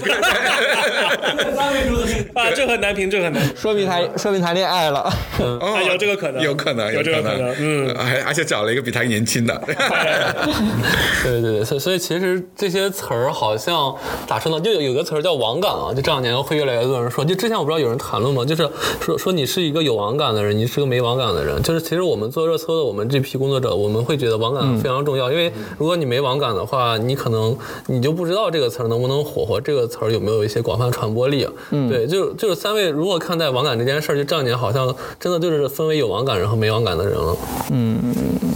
啊，这很难评，这很难， 说明他说明他恋爱了。 哦，有这个可能， 有可能， 有这个可能，嗯， 而而且找了一个比他年轻的。 对对对，所以所以其实这些词儿好像咋说呢？就有有个词儿叫网感啊，就这两年会越来越多人说。就之前我不知道有人谈论吗？就是说说你是一个有网感的人，你是个没网感的人。就是其实我们做热搜的，我们这批工作者，我们会觉得网感非常重要，嗯、因为如果你没网感的话，你可能你就不知道这个词儿能不能火，或这个词儿有没有一些广泛传播力。嗯，对，就就是三位如何看待网感这件事儿？就这两年好像真的就是分为有网感人和没网感的人了。嗯。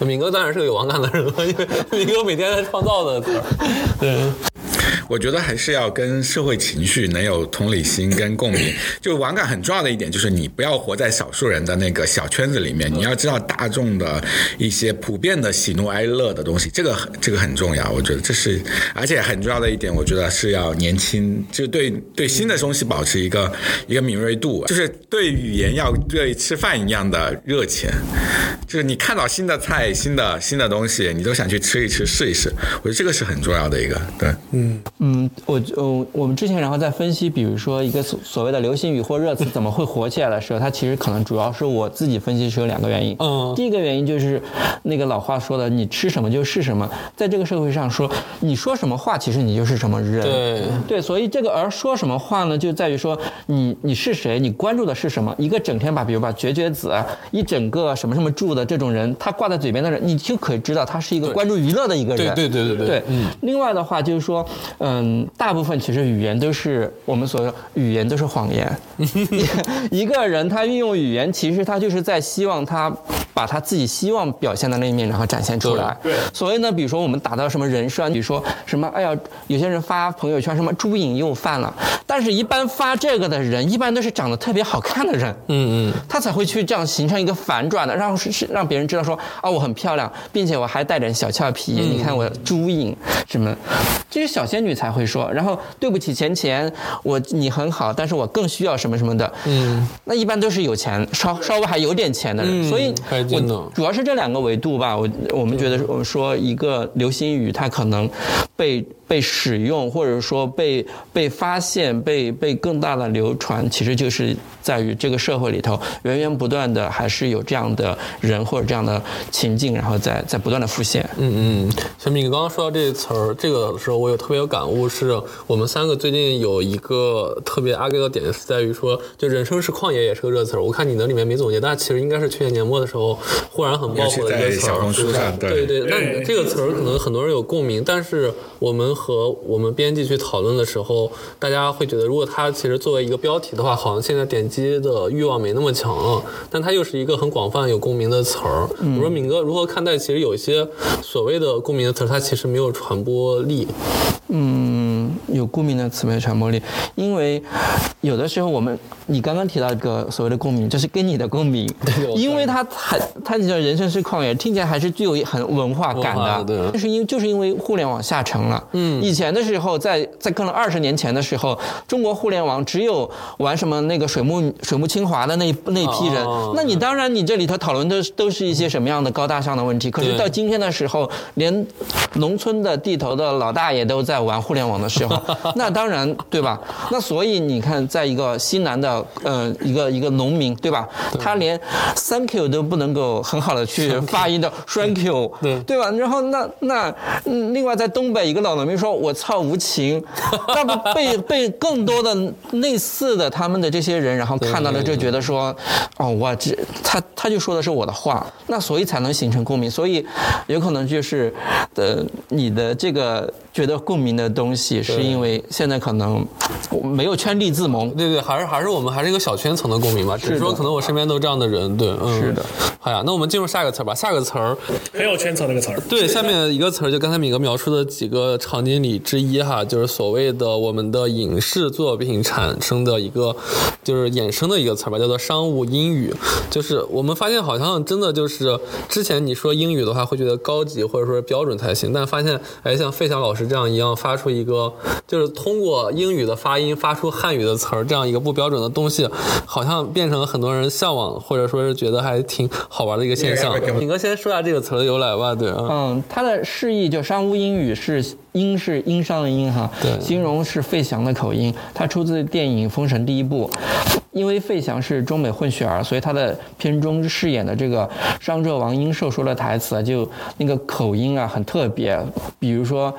敏哥当然是个有网感的人了，因为敏哥每天在创造的词儿。对。 我觉得还是要跟社会情绪能有同理心跟共鸣。就网感很重要的一点就是你不要活在少数人的那个小圈子里面，你要知道大众的一些普遍的喜怒哀乐的东西，这个这个很重要。我觉得这是，而且很重要的一点，我觉得是要年轻，就对对新的东西保持一个一个敏锐度，就是对语言要对吃饭一样的热情，就是你看到新的菜、新的新的东西，你都想去吃一吃、试一试。我觉得这个是很重要的一个，对， 嗯。嗯，我我我们之前然后在分析，比如说一个所所谓的流行语或热词怎么会火起来的时候，它其实可能主要是我自己分析是有两个原因。嗯，第一个原因就是那个老话说的，你吃什么就是什么，在这个社会上说，你说什么话，其实你就是什么人。 对对，所以这个而说什么话呢，就在于说你你是谁，你关注的是什么。一个整天把比如把绝绝子一整个什么什么柱的这种人，他挂在嘴边的人，你就可以知道他是一个关注娱乐的一个人。 对对对对对。 对，嗯。另外的话就是说。嗯，大部分其实语言都是我们所说语言都是谎言。一个人他运用语言，其实他就是在希望他把他自己希望表现的那一面，然后展现出来。对。所以呢，比如说我们打到什么人设，比如说什么，哎呀，有些人发朋友圈什么猪瘾又犯了，但是一般发这个的人，一般都是长得特别好看的人。嗯嗯。他才会去这样形成一个反转的，让让别人知道说啊，我很漂亮，并且我还带点小俏皮。嗯、你看我猪瘾什么，这些小仙女才会说。然后对不起钱钱，我你很好，但是我更需要什么什么的。嗯，那一般都是有钱，稍稍微还有点钱的人。嗯、所以我主要是这两个维度吧。我我们觉得我说一个流行语，它可能被被使用，或者说被被发现、被被更大的流传，其实就是在于这个社会里头源源不断的还是有这样的人或者这样的情境，然后在在不断的复现。 嗯嗯，小敏刚刚说到这个词儿，这个时候我有特别有感悟，是我们三个最近有一个特别阿 G 的点，是在于说，就人生是旷野也是个热词儿。我看你那里面没总结，但其实应该是去年年末的时候忽然很爆火的一个词儿。 小红书上， 对对对，那这个词儿可能很多人有共鸣，但是我们和我们编辑去讨论的时候，大家会觉得，如果它其实作为一个标题的话，好像现在点击的欲望没那么强了，但它又是一个很广泛有共鸣的词儿。我说敏哥如何看待？其实有一些所谓的共鸣的词儿，它其实没有传播力。 嗯，有共鸣的词没有传播力，因为有的时候我们，你刚刚提到一个所谓的共鸣，就是跟你的共鸣，因为它还它你的人生是旷野，听起来还是具有很文化感的， 对， 就是因就是因为互联网下沉了。嗯，以前的时候，在在可能二十年前的时候，中国互联网只有玩什么那个水木水木清华的那那一批人，哦、那你当然你这里头讨论的都是一些什么样的高大上的问题，可是到今天的时候，连农村的地头的老大爷都在玩互联网的时候，那当然对吧？那所以你看，在一个西南的呃一个一个农民对吧？对，他连 thank you 都不能够很好的去发音的 thank you， 对对吧？然后那那、嗯、另外在东北一个老农民说我操无情，那么被被更多的类似的他们的这些人，然后看到了就觉得说哦我这他他就说的是我的话，那所以才能形成共鸣，所以有可能就是呃你的这个觉得共鸣的东西，是因为现在可能没有圈地自萌， 对对，还是还是我们还是一个小圈层的共鸣吧，只是说可能我身边都这样的人，对，嗯， 是的。 好呀，那我们进入下一个词儿吧。下个词儿很有圈层那个词儿， 对，下面一个词儿就刚才敏哥描述的几个场景里之一哈，就是所谓的我们的影视作品产生的一个就是衍生的一个词儿吧，叫做商务英语。就是我们发现好像真的就是之前你说英语的话会觉得高级或者说标准才行，但发现哎像费翔老师这样一样发出一个就是通过英语的发音发出汉语的词儿这样一个不标准的东西，好像变成了很多人向往或者说是觉得还挺好玩的一个现象。敏哥先说下这个词的由来吧。对， 嗯，它的释义就商务英语是英是英商的英哈，对，形容是费翔的口音，它出自电影《封神》第一部。因为费翔是中美混血儿，所以他的片中饰演的这个商纣王殷寿说的台词啊，就那个口音啊很特别。比如说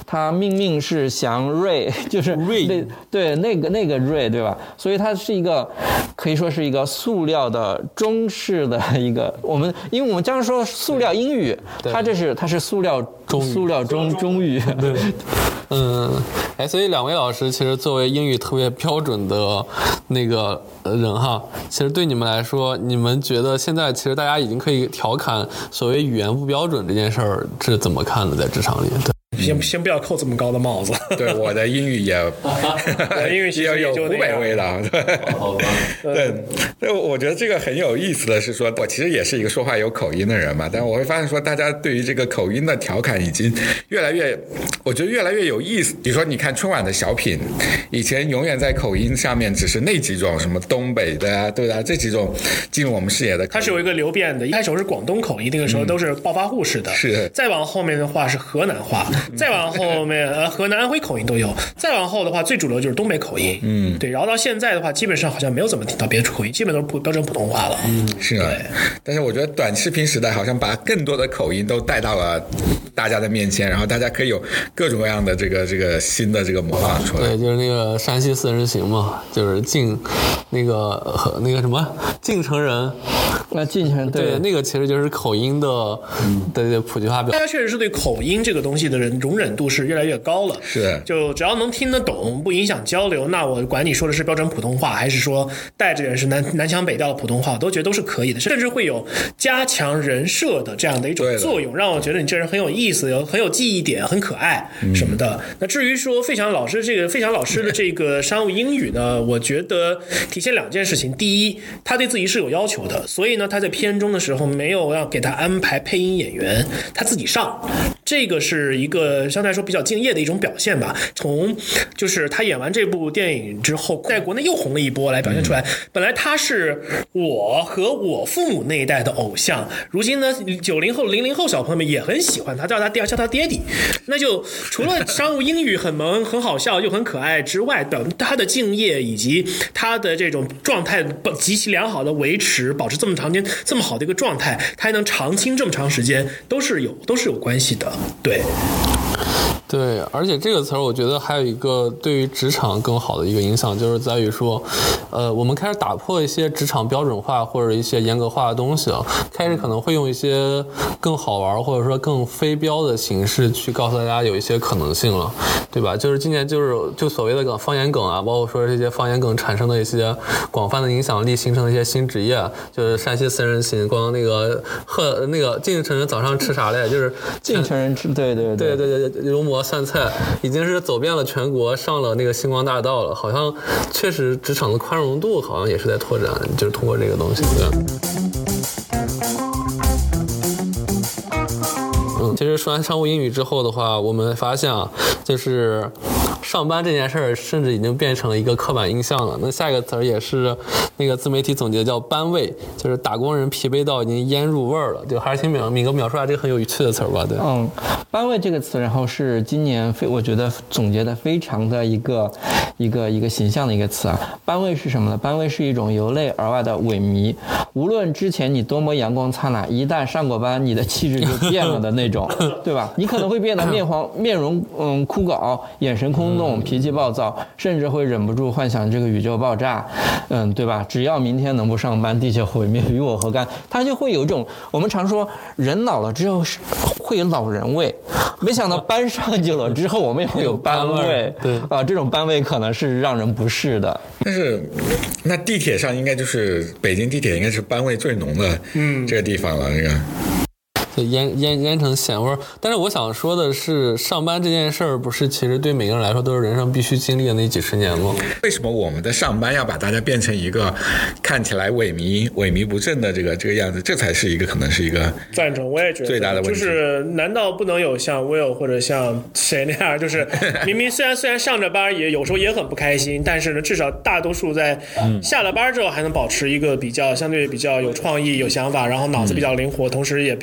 它命名是祥瑞，就是瑞那对那个那个瑞，对吧？所以它是一个可以说是一个塑料的中式的一个，我们因为我们经常说塑料英语，它这是它是塑料中塑料中中语。 对，嗯，哎，所以两位老师其实作为英语特别标准的那个人哈，其实对你们来说，你们觉得现在其实大家已经可以调侃所谓语言不标准这件事儿是怎么看的，在职场里？对。 先先不要扣这么高的帽子。 对，我的英语也， 英语其实有有湖北味道。对，对，对，我觉得这个很有意思的是说，我其实也是一个说话有口音的人嘛，但我会发现说，大家对于这个口音的调侃已经越来越，我觉得越来越有意思。比如说，你看春晚的小品，以前永远在口音上面只是那几种，什么东北的啊，对吧？这几种进入我们视野的， 它是有一个流变的。一开始是广东口音，那个时候都是暴发户式的， 是的。 再往后面的话是河南话。再往后面，呃，河南、安徽口音都有。再往后的话，最主流就是东北口音。嗯，对。然后到现在的话，基本上好像没有怎么听到别的口音，基本都是普标准普通话了。 嗯，是啊。但是我觉得短视频时代好像把更多的口音都带到了大家的面前，然后大家可以有各种各样的这个这个新的这个模仿出来。 对，就是那个山西四人行嘛，就是晋那个和那个什么晋城人。 那晋城 对, 对那个其实就是口音的的普及化表。 大家确实是对口音这个东西的人容忍度是越来越高了。 是， 就只要能听得懂，不影响交流，那我管你说的是标准普通话，还是说带着点是南南腔北调的普通话，我都觉得都是可以的，甚至会有加强人设的这样的一种作用，让我觉得你这人很有意思，有很有记忆点，很可爱什么的。嗯、那至于说费翔老师这个费翔老师的这个商务英语呢，我觉得体现两件事情。第一，他对自己是有要求的，所以呢，他在片中的时候没有要给他安排配音演员，他自己上，这个是一个相对来说比较敬业的一种表现吧。从就是他演完这部电影之后，在国内又红了一波来表现出来。本来他是我和我父母那一代的偶像，如今呢，九零后、零零后小朋友们也很喜欢他，叫他爹，叫他爹地。那就除了商务英语很萌、很好笑又很可爱之外，表他的敬业以及他的这种状态极其良好的维持，保持这么长间这么好的一个状态，他还能长青这么长时间，都是有都是有关系的。对。 对，而且这个词儿我觉得还有一个对于职场更好的一个影响，就是在于说，呃，我们开始打破一些职场标准化或者一些严格化的东西了，开始可能会用一些更好玩或者说更非标的形式去告诉大家有一些可能性了，对吧？就是今年就是就所谓的梗方言梗啊，包括说这些方言梗产生的一些广泛的影响力，形成的一些新职业，就是山西四人行，光那个贺那个晋城人早上吃啥嘞？就是晋城人吃，对对对对对对，油馍涮菜已经是走遍了全国，上了那个星光大道了。好像确实职场的宽容度好像也是在拓展，就是通过这个东西。嗯，其实说完商务英语之后的话，我们发现啊，就是上班这件事儿，甚至已经变成了一个刻板印象了。那下一个词儿也是那个自媒体总结叫班味，就是打工人疲惫到已经腌入味儿了。就还是请敏敏哥描述下这个很有趣的词儿吧。对， 嗯，班味这个词，然后是今年非我觉得总结的非常的一个一个一个形象的一个词啊。班味是什么呢？班味是一种由内而外的萎靡，无论之前你多么阳光灿烂，一旦上过班，你的气质就变了的那种，对吧？你可能会变得面黄面容嗯枯槁，眼神空洞，脾气暴躁，甚至会忍不住幻想这个宇宙爆炸，嗯，对吧？只要明天能不上班，地球毁灭，与我何干？他就会有一种我们常说人老了之后是会有老人味，没想到班上久了之后，我们也会有班味， 对啊，这种班味可能是让人不适的。 但是，那地铁上应该就是北京地铁应该是班味最浓的这个地方了，这个。 腌腌腌成咸味儿，但是我想说的是，上班这件事儿不是其实对每个人来说都是人生必须经历的那几十年吗？ 为什么我们的上班要把大家变成一个看起来萎靡萎靡不振的这个这个样子？这才是一个可能是一个赞成，我也觉得最大的问题。就是难道不能有像 Will 或者像谁那样，就是明明虽然虽然上着班也有时候也很不开心，但是呢，至少大多数在下了班之后还能保持一个比较相对比较有创意、有想法，然后脑子比较灵活，同时也比较有干劲。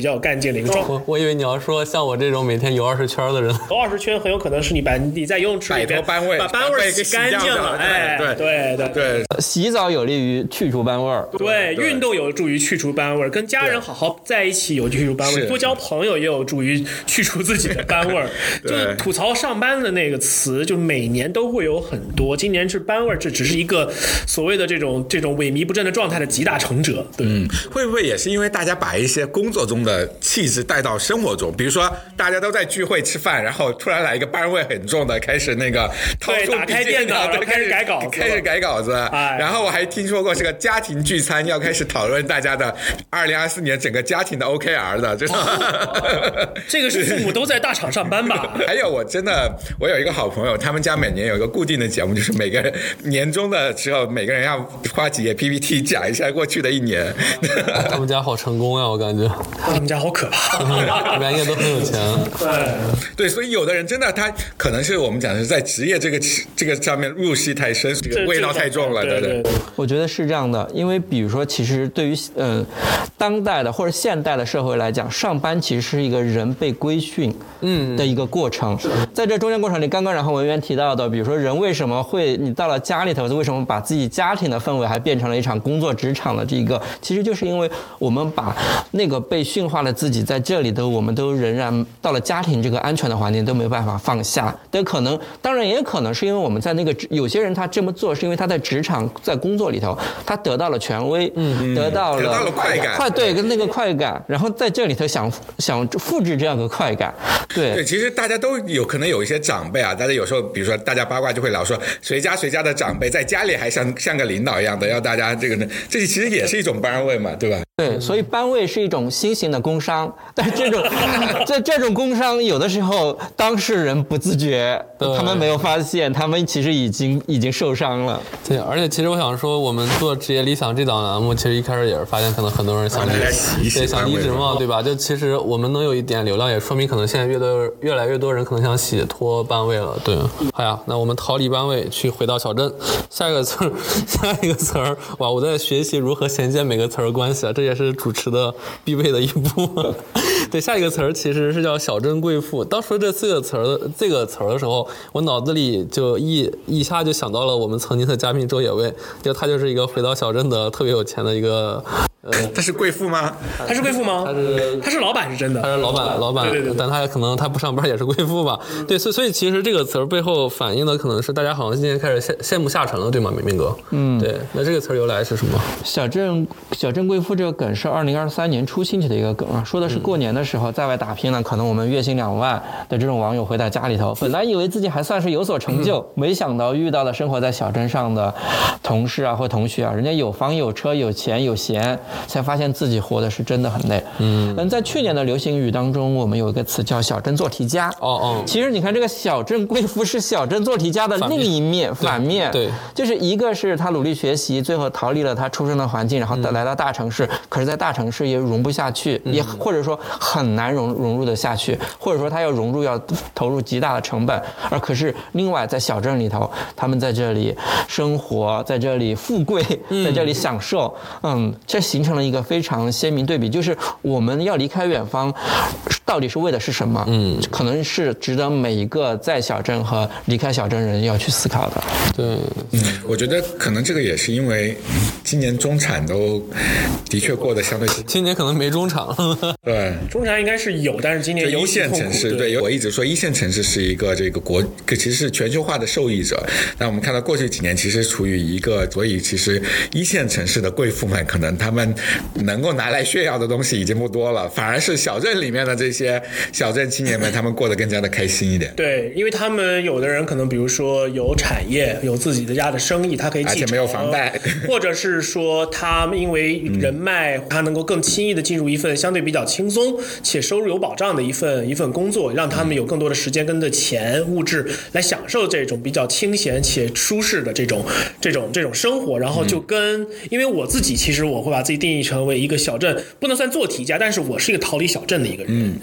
净的一个状态。 我我以为你要说像我这种每天游二十圈的人， 游二十圈很有可能是你把你在游泳池里边摆脱斑味把斑味洗干净了，哎， 对对对对， 洗澡有利于去除斑味儿。 对，运动有助于去除斑味儿，跟家人好好在一起有去除斑味儿，多交朋友也有助于去除自己的斑味儿。就是吐槽上班的那个词，就每年都会有很多。今年是斑味儿，这只是一个所谓的这种这种萎靡不振的状态的集大成者。对， 嗯，会不会也是因为大家把一些工作中的气质带到生活中？比如说大家都在聚会吃饭，然后突然来一个斑味很重的，开始那个掏出打开电脑，然后开始改稿子， 开始改稿子。哎、然后我还听说过是个家庭聚餐，要开始讨论大家的二零二四年整个家庭的 O K R 的，这、 哦、这个是父母都在大厂上班吧？ 还有我真的，我有一个好朋友，他们家每年有一个固定的节目，就是每个人年终的时候，每个人要花几页 P P T 讲一下过去的一年。 他们家好成功呀，我感觉。 他们家好可怕， 他们应该都很有钱。 对对，所以有的人真的他可能是我们讲的是在职业这个这个上面入戏太深，这个味道太重了，对对。 我觉得是这样的，因为比如说，其实对于嗯、呃、当代的或者现代的社会来讲，上班其实是一个人被规训嗯的一个过程。嗯、在这中间过程里，刚刚然后文渊提到的，比如说人为什么会你到了家里头，为什么把自己家庭的氛围还变成了一场工作职场的这个，其实就是因为我们把那个被驯化的自己在这里的，我们都仍然到了家庭这个安全的环境都没办法放下。但可能当然也可能是因为我们在那个有些人他这么做是因为他在职场在工作里头他得到了权威，嗯，得到了得到了快感， 快对跟那个快感，然后在这里头想想复制这样的快感。对对，其实大家都有可能有一些长辈啊，大家有时候比如说大家八卦就会老说谁家谁家的长辈在家里还像像个领导一样的，要大家这个呢，这其实也是一种班味嘛，对吧？ 对，所以班味是一种新型的工伤，但是这种在这种工伤有的时候当事人不自觉，他们没有发现，他们其实已经已经受伤了。 对，而且其实我想说，我们做职业理想这档栏目，其实一开始也是发现，可能很多人想离，对，想离职嘛，对吧？就其实我们能有一点流量，也说明可能现在越多越来越多人可能想洗脱班味了。对，好呀，那我们逃离班味，去回到小镇。下一个词儿，下一个词儿，哇，我在学习如何衔接每个词儿关系啊，这也是主持的必备的一步。对，下一个词儿其实是叫小镇贵妇。当说这四个词儿这个词儿的时候，我脑子里就一一下就想到了我们曾经的嘉宾周野味，就他就是一个回到小镇的特别有钱的一个。 呃，他是贵妇吗？ 他是贵妇吗？ 他是他是老板是真的， 他是老板，老板，对对对，但他可能他不上班也是贵妇吧？对，所以所以其实这个词儿背后反映的可能是大家好像今天开始羡羡慕下沉了，对吗？明明哥，嗯，对。那这个词儿由来是什么？ 小镇小镇贵妇这个梗是二零二三年初兴起的一个梗啊，说的是过年的时候在外打拼了，可能我们月薪两万的这种网友回到家里头，本来以为自己还算是有所成就，嗯、没想到遇到了生活在小镇上的同事啊或同学啊，人家有房有车有钱有闲。才发现自己活的是真的很累。嗯，嗯，在去年的流行语当中，我们有一个词叫小镇做题家。哦哦，其实你看这个小镇贵妇是小镇做题家的另一面，反面。对，就是一个是他努力学习，最后逃离了他出生的环境，然后来到大城市，嗯、可是在大城市也融不下去，嗯、也或者说很难融融入的下去，或者说他要融入要投入极大的成本。而可是另外在小镇里头，他们在这里生活，在这里富贵，在这里享受，嗯，这形成了一个非常鲜明对比，就是我们要离开远方，到底是为的是什么？嗯，可能是值得每一个在小镇和离开小镇人要去思考的。 对， 嗯，我觉得可能这个也是因为今年中产都的确过得相对， 今年可能没中产了。 对， 中产应该是有，但是今年有一线城市，对，我一直说一线城市是一个这个国，其实是全球化的受益者。那我们看到过去几年其实处于一个，所以其实一线城市的贵妇们可能他们能够拿来炫耀的东西已经不多了，反而是小镇里面的这些小镇青年们，他们过得更加的开心一点。 对，因为他们有的人可能比如说有产业，有自己的家的生意，他可以继承， 而且没有房贷， 或者是说他因为人脉，他能够更轻易的进入一份相对比较轻松且收入有保障的一份一份工作，让他们有更多的时间跟的钱物质来享受这种比较清闲且舒适的这种这种这种生活。然后就跟因为我自己其实我会把自己定义成为一个小镇，不能算做题家，但是我是一个逃离小镇的一个人。嗯，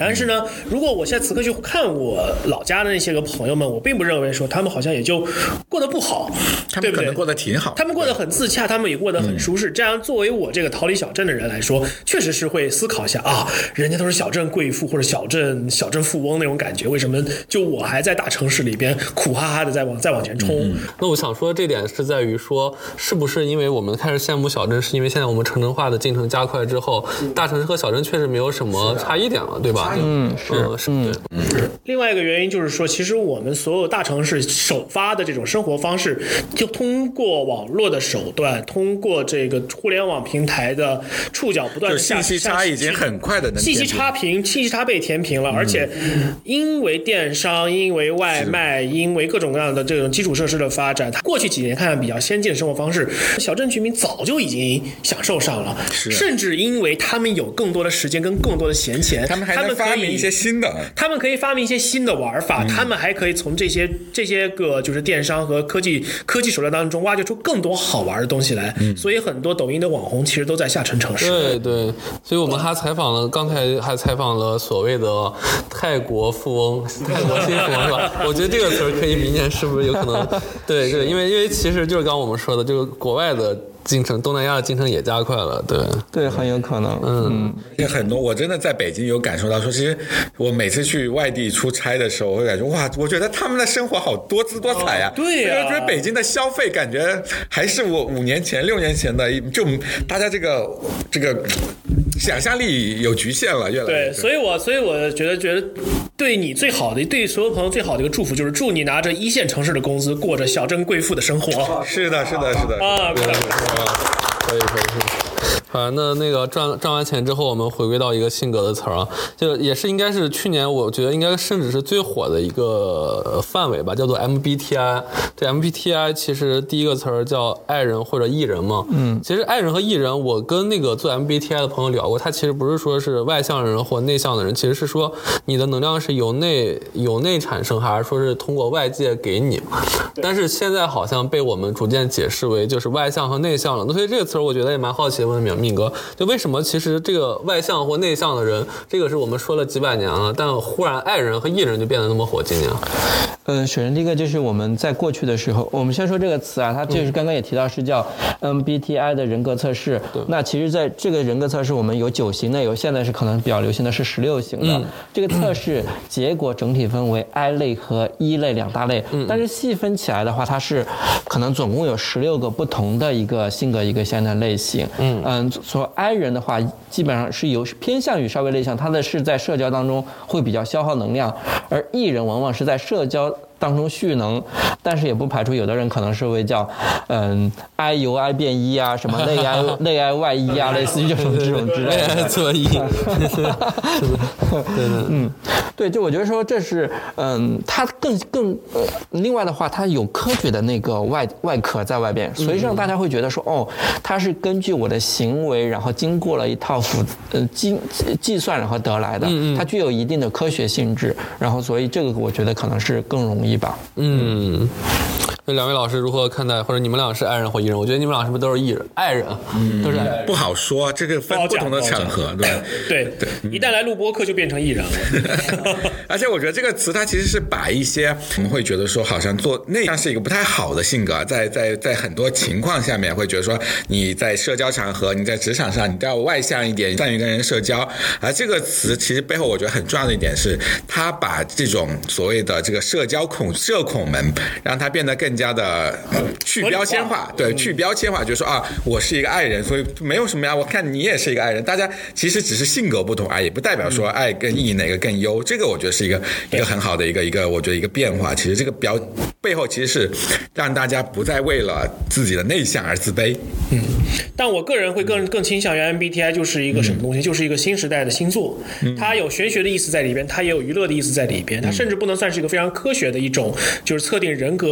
但是呢，如果我现在此刻去看我老家的那些个朋友们，我并不认为说他们好像也就过得不好， 他们可能过得挺好， 他们过得很自洽，他们也过得很舒适。这样作为我这个逃离小镇的人来说，确实是会思考一下啊，人家都是小镇贵妇或者小镇小镇富翁那种感觉，为什么就我还在大城市里边苦哈哈的在往再往前冲？嗯、 那我想说这点是在于说，是不是因为我们开始羡慕小镇，是因为现在我们城镇化的进程加快之后，大城市和小镇确实没有什么差异点了，对吧？ 嗯，是、 嗯、是，嗯。 另外一个原因就是说，其实我们所有大城市首发的这种生活方式，就通过网络的手段，通过这个互联网平台的触角不断的下， 信息差已经很快的能信息差屏，信息差被填平了，嗯、而且因为电商，因为外卖，因为各种各样的这种基础设施的发展，过去几年看比较先进的生活方式，小镇居民早就已经享受上了，甚至因为他们有更多的时间跟更多的闲钱， 他们还能发明一些新的， 他们可以发明一些新的玩法，嗯、他们还可以从这些这些个就是电商和科技科技手段当中挖掘出更多好玩的东西来，嗯、所以很多抖音的网红其实都在下沉城市。 对对，所以我们还采访了，刚才还采访了所谓的泰国富翁、泰国新富翁，是吧？我觉得这个词儿可以明年是不是有可能？对对，因为因为其实就是刚刚我们说的，就是国外的进程，东南亚的进程也加快了，对对，很有可能。 嗯， 也很多，我真的在北京有感受到说，其实我每次去外地出差的时候，我会感觉哇，我觉得他们的生活好多姿多彩呀、啊哦。 对呀、啊， 我觉得北京的消费感觉还是我五年前、六年前的，就大家这个这个想象力有局限了，越来越对。所以我所以我觉得觉得对你最好的，对所有朋友最好的一个祝福就是祝你拿着一线城市的工资，过着小镇贵妇的生活。 是的，是的，是的啊，对。 可以可以可以。啊，那那个赚赚完钱之后，我们回归到一个性格的词儿啊，就也是应该是去年我觉得应该甚至是最火的一个范围吧，叫做 M B T I。这 M B T I 其实第一个词儿叫爱人或者 E 人嘛。嗯，其实爱人和 E 人，我跟那个做 M B T I 的朋友聊过，他其实不是说是外向人或内向的人，其实是说你的能量是由内由内产生，还是说是通过外界给你。但是现在好像被我们逐渐解释为就是外向和内向了。那所以这个词儿我觉得也蛮好奇，问敏敏哥，就为什么其实这个外向或内向的人，这个是我们说了几百年了，但忽然爱人和艺人就变得那么火今年？ 嗯，首先第一个就是我们在过去的时候，我们先说这个词啊，它就是刚刚也提到是叫 M B T I 的人格测试。那其实在这个人格测试我们有九型的，有现在是可能比较流行的是十六型的。嗯、这个测试结果整体分为 I 类和 E 类两大类，嗯、但是细分起来的话，它是可能总共有十六个不同的一个性格一个相应的类型。嗯嗯，说 I 人的话，基本上是有偏向于稍微内向，他的是在社交当中会比较消耗能量，而 E 人往往是在社交当中蓄能，但是也不排除有的人可能是会叫，嗯 ，I 由 I 变 E 啊，什么内 I 内 I 外 E 啊，类似于这种这种之类的做 E， 对对， 嗯，对，就我觉得说这是，嗯，它更更，呃，另外的话，它有科学的那个外外壳在外边，所以让大家会觉得说，哦，它是根据我的行为，然后经过了一套复呃计计算然后得来的，它具有一定的科学性质，然后所以这个我觉得可能是更容易。 嗯，那两位老师如何看待，或者你们俩是爱人或艺人？我觉得你们俩是不是都是艺人？爱人，嗯、都是爱人不好说，这个分不同的场合，对对对，一旦来录播客就变成艺人了。 而且我觉得这个词它其实是把一些我们会觉得说好像做内向是一个不太好的性格，在在在很多情况下面会觉得说你在社交场合，你在职场上你都要外向一点，善于跟人社交。而这个词其实背后我觉得很重要的一点是，它把这种所谓的这个社交恐社恐们，让它变得更加的去标签化，对，去标签化，就是说啊，我是一个爱人，所以没有什么呀，我看你也是一个爱人，大家其实只是性格不同啊，也不代表说爱跟义哪个更优，这个我觉得是一个一个很好的一个一个，我觉得一个变化。其实这个标背后其实是让大家不再为了自己的内向而自卑。 嗯，但我个人会更更倾向于 M B T I 就是一个什么东西，嗯、就是一个新时代的星座，嗯、它有玄学的意思在里边，它也有娱乐的意思在里边，它甚至不能算是一个非常科学的一种，就是测定人格跟性格的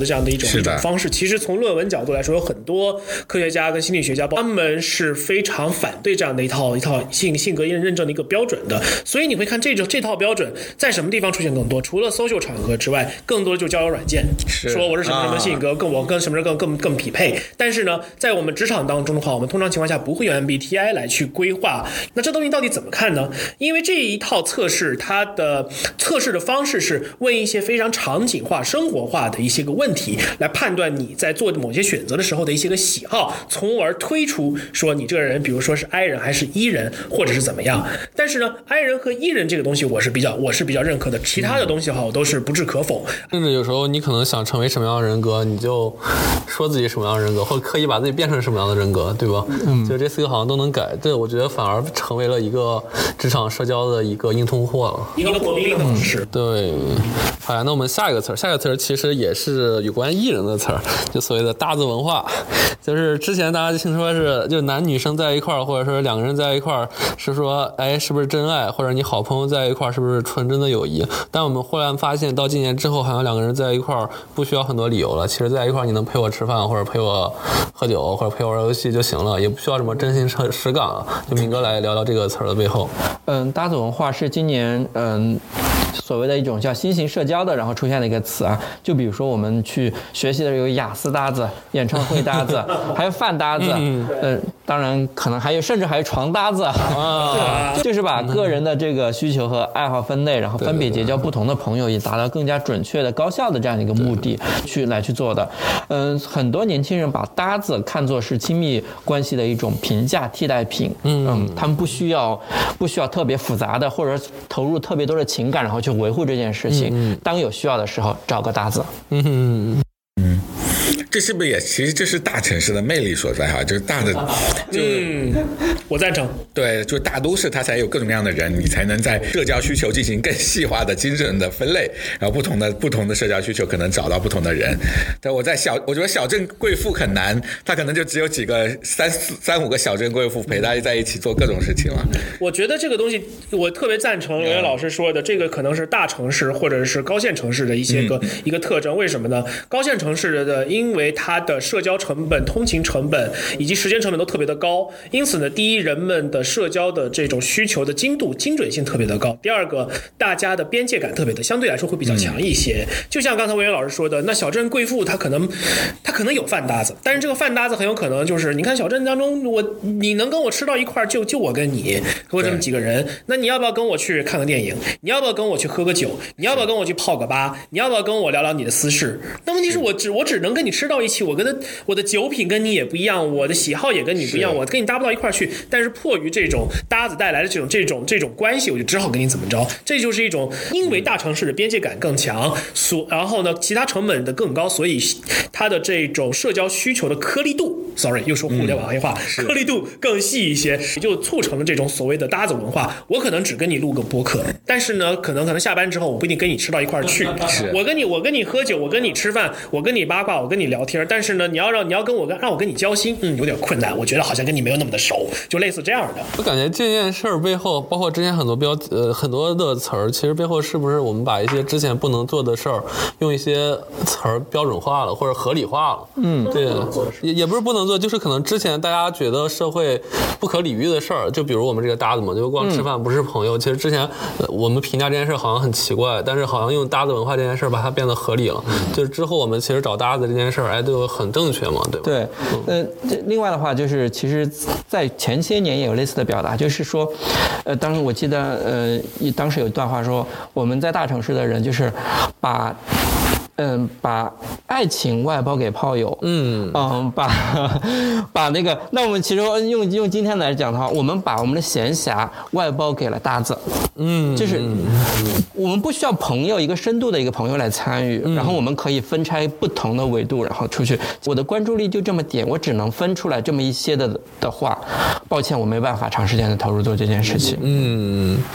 的这样的一种一种方式。其实从论文角度来说，有很多科学家跟心理学家，他们是非常反对这样的一套一套性性格认证的一个标准的。所以你会看这种这套标准在什么地方出现更多？除了 social 场合之外，更多的就是交友软件，说我是什么什么性格，跟我跟什么人更更更匹配。但是呢，在我们职场当中的话，我们通常情况下不会用 M B T I 来去规划。那这东西到底怎么看呢？因为这一套测试，它的测试的方式是问一些非常场景化、生活化的一些个问题，来判断你在做某些选择的时候的一些个喜好，从而推出说你这个人，比如说是 I 人还是 E 人，或者是怎么样。但是呢 ，I 人和 E 人这个东西，我是比较我是比较认可的，其他的东西的话，我都是不置可否。 甚至有时候你可能想成为什么样的人格，你就说自己什么样的人格，或者刻意把自己变成什么样的人格，对吧？嗯，就这四个好像都能改。对，我觉得反而成为了一个职场社交的一个硬通货了， 一个国民的方式。 对，好呀，那我们下一个词儿，下一个词儿其实也是有关艺人的词儿，就所谓的搭子文化。就是之前大家就听说是，就男女生在一块儿，或者说两个人在一块儿，是说，哎，是不是真爱？或者你好朋友在一块儿，是不是纯真的友谊？但我们忽然发现，到今年之后，好像两个人在一块儿不需要很多理由了。其实在一块儿，你能陪我吃饭，或者陪我喝酒，或者陪我玩游戏就行了，也不需要什么真心实感了。就明哥来聊聊这个词儿的背后。 嗯，搭子文化是今年嗯所谓的一种叫新型社交的，然后出现的一个词啊。就比如说我们去学习的有雅思搭子、演唱会搭子，还有饭搭子，嗯、呃，当然可能还有甚至还有床搭子啊，就是把个人的这个需求和爱好分类，然后分别结交不同的朋友，以达到更加准确的、高效的这样一个目的去来去做的。嗯，很多年轻人把搭子看作是亲密关系的一种平价替代品，嗯嗯，他们不需要不需要特别复杂的或者投入特别多的情感，然后去维护这件事情。嗯、当有需要的时候，找个搭子。 嗯嗯嗯。这是不是也其实这是大城市的魅力所在哈？就是大的，就、 嗯、我赞成。 对，就大都市它才有各种各样的人，你才能在社交需求进行更细化的、精准的分类，然后不同的不同的社交需求可能找到不同的人。但我在小，我觉得小镇贵妇很难，他可能就只有几个三四三五个小镇贵妇陪他在一起做各种事情了。 我觉得这个东西，我特别赞成刘岩老师说的，这个可能是大城市或者是高线城市的一些个、嗯、一个特征。为什么呢？高线城市的，因为它的社交成本、通勤成本以及时间成本都特别的高，因此呢，第一，人们的社交的这种需求的精度、精准性特别的高；第二个，大家的边界感特别的相对来说会比较强一些。嗯、就像刚才魏源老师说的，那小镇贵妇她可能她可能有饭搭子，但是这个饭搭子很有可能就是，你看小镇当中，我你能跟我吃到一块，就就我跟你，或这么几个人，那你要不要跟我去看个电影？你要不要跟我去喝个酒？你要不要跟我去泡个吧？你要不要跟我聊聊你的私事？那问题是我只我只能跟你吃到一起，我跟他我的酒品跟你也不一样，我的喜好也跟你不一样，我跟你搭不到一块去。但是迫于这种搭子带来的这种这种这种关系，我就只好跟你怎么着。这就是一种因为大城市的边界感更强，所然后呢其他成本的更高，所以它的这种社交需求的颗粒度 ，sorry 又说互联网黑话，嗯、颗粒度更细一些，也就促成了这种所谓的搭子文化。我可能只跟你录个播客，但是呢，可能可能下班之后我不一定跟你吃到一块去。我跟你我跟你喝酒，我跟你吃饭，我跟你八卦，我跟你聊天，但是呢，你要让你要跟我跟让我跟你交心，嗯，有点困难。我觉得好像跟你没有那么的熟，就类似这样的。 我感觉这件事儿背后，包括之前很多标呃很多的词儿，其实背后是不是我们把一些之前不能做的事儿，用一些词儿标准化了或者合理化了？嗯，对，也也不是不能做，就是可能之前大家觉得社会不可理喻的事儿，就比如我们这个搭子嘛，就光吃饭不是朋友。嗯、其实之前、呃、我们评价这件事好像很奇怪，但是好像用搭子文化这件事把它变得合理了。嗯、就是之后我们其实找搭子这件事儿，哎，都很正确嘛，对吧？ 对，嗯、呃，另外的话就是，其实，在前些年也有类似的表达，就是说，呃，当时我记得，呃，当时有一段话说，我们在大城市的人就是把。嗯，把爱情外包给炮友，嗯嗯，把把那个，那我们其实用用今天来讲的话，我们把我们的闲暇外包给了搭子，嗯，就是我们不需要朋友一个深度的一个朋友来参与，嗯、然后我们可以分拆不同的维度，然后出去。我的关注力就这么点，我只能分出来这么一些的的话，抱歉，我没办法长时间的投入做这件事情。 嗯。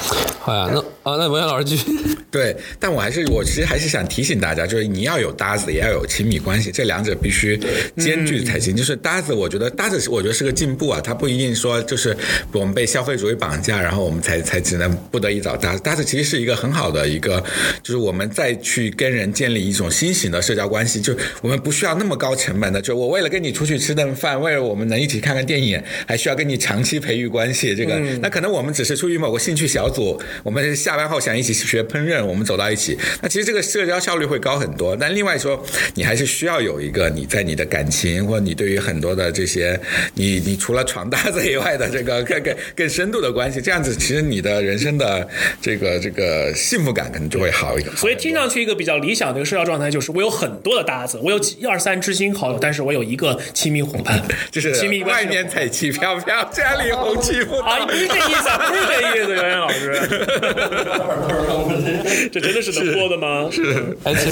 好呀，那啊，那文渊老师继续。 对，但我还是我其实还是想提醒大家，就是你要有搭子，也要有亲密关系，这两者必须兼具才行。嗯、就是搭子，我觉得搭子，我觉得是个进步啊，它不一定说就是我们被消费主义绑架，然后我们才才只能不得已找搭子。搭子其实是一个很好的一个，就是我们再去跟人建立一种新型的社交关系，就我们不需要那么高成本的，就我为了跟你出去吃顿饭，为了我们能一起看看电影，还需要跟你长期培育关系。这个，嗯、那可能我们只是出于某个兴趣小组，我们下班后想一起学烹饪，我们走到一起，那其实这个社交效率会高很多。但另外说，你还是需要有一个你在你的感情或者你对于很多的这些，你你除了床搭子以外的这个更更更深度的关系，这样子其实你的人生的这个这个幸福感可能就会好一点。 所以听上去一个比较理想的一个社交状态就是，我有很多的搭子，我有二三知心好友，但是我有一个亲密伙伴， 就是亲密外面彩旗飘飘，家里红旗不倒。 啊，不是这意思，不是这意思，袁袁老师。这真的是能播的吗？ 是，是而且。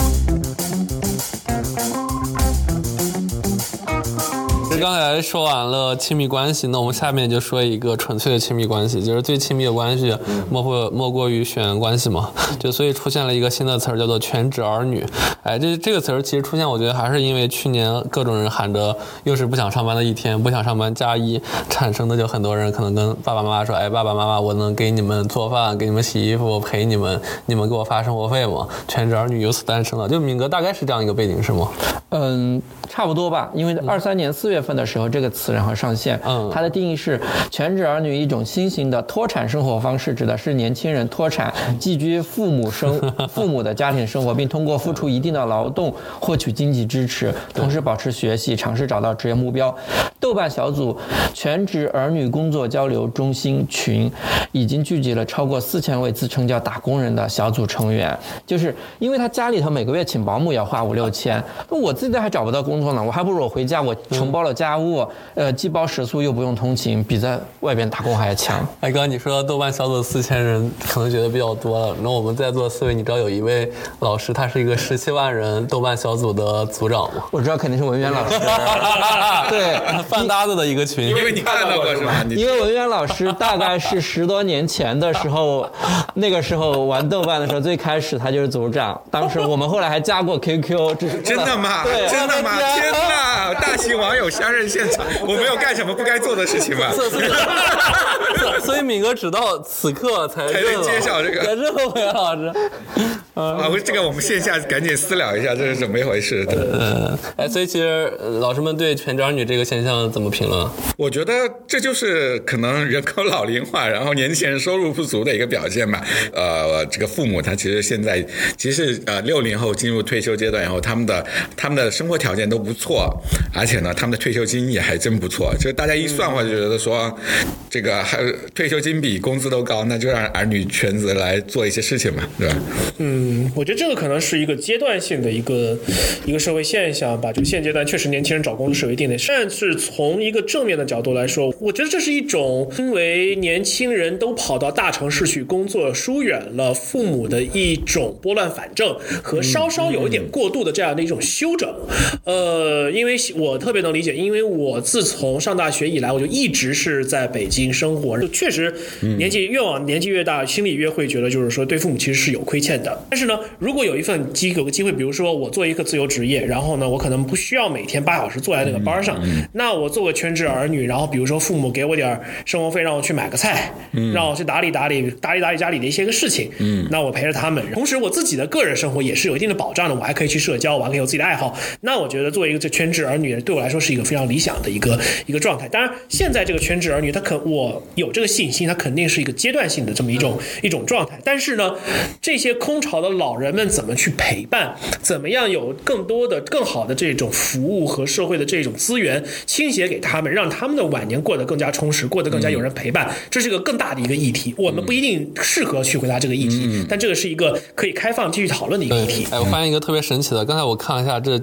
刚才说完了亲密关系，那我们下面就说一个纯粹的亲密关系，就是最亲密的关系莫过莫过于血缘关系嘛，就所以出现了一个新的词儿叫做全职儿女。哎，这这个词儿其实出现，我觉得还是因为去年各种人喊着又是不想上班的一天，不想上班加一产生的，就很多人可能跟爸爸妈妈说，哎，爸爸妈妈，我能给你们做饭，给你们洗衣服，陪你们，你们给我发生活费吗？全职儿女由此诞生了。就敏哥大概是这样一个背景是吗？ 嗯，差不多吧，因为二三年四月份的时候这个词然后上线，嗯，它的定义是全职儿女一种新型的脱产生活方式，指的是年轻人脱产寄居父母生父母的家庭生活，并通过付出一定的劳动获取经济支持，同时保持学习，尝试找到职业目标。豆瓣小组全职儿女工作交流中心群已经聚集了超过四千位自称叫打工人的小组成员，就是因为他家里头每个月请保姆要花五六千，我自己还找不到工作呢，我还不如我回家我承包了家务，呃，既包食宿又不用通勤，比在外边打工还强。 哎，刚刚你说豆瓣小组四千人，可能觉得比较多了。那我们在座四位，你知道有一位老师，他是一个十七万人豆瓣小组的组长吗？ 我知道，肯定是文渊老师。对， 饭搭子的一个群。 因为你看到过是吧？ 因为文渊老师大概是十多年前的时候，那个时候玩豆瓣的时候，最开始他就是组长。当时我们后来还加过 Q Q， 这是真的吗？ 对， 真的吗？天哪！大型网友相认现场，我没有干什么不该做的事情吧？ 所以敏哥直到此刻才才能揭晓这个， 才认了文渊老师。 啊，这个我们线下赶紧私聊一下，这是怎么一回事？ 嗯，哎，所以其实老师们对全职儿女这个现象怎么评论？ 我觉得这就是可能人口老龄化，然后年轻人收入不足的一个表现吧。呃，这个父母他其实现在其实呃六零后进入退休阶段以后，他们的他们的生活条件都不错，而且呢，他们的退休金也还真不错。就大家一算的话，就觉得说这个还退休金比工资都高，那就让儿女全职来做一些事情嘛，对吧？ 嗯。嗯，我觉得这个可能是一个阶段性的一个一个社会现象吧。就现阶段确实年轻人找工作是有一定的，但是从一个正面的角度来说，我觉得这是一种因为年轻人都跑到大城市去工作，疏远了父母的一种拨乱反正和稍稍有一点过度的这样的一种休整。呃，因为我特别能理解，因为我自从上大学以来，我就一直是在北京生活，就确实年纪越往年纪越大，心里越会觉得就是说对父母其实是有亏欠的。但是呢，如果有一份机有个机会，比如说我做一个自由职业，然后呢，我可能不需要每天八小时坐在那个班上，嗯嗯、那我作为全职儿女，然后比如说父母给我点生活费，让我去买个菜，嗯、让我去打理打理打理打理家里的一些个事情，嗯，那我陪着他们，同时我自己的个人生活也是有一定的保障的，我还可以去社交，我还可以有自己的爱好。那我觉得作为一个这全职儿女，对我来说是一个非常理想的一个一个状态。当然，现在这个全职儿女，他可我有这个信心，他肯定是一个阶段性的这么一种一种状态。但是呢，这些空巢的老人们怎么去陪伴，怎么样有更多的更好的这种服务和社会的这种资源倾斜给他们，让他们的晚年过得更加充实，过得更加有人陪伴，这是一个更大的一个议题。我们不一定适合去回答这个议题，但这个是一个可以开放继续讨论的一个议题。 哎，我发现一个特别神奇的，刚才我看了一下这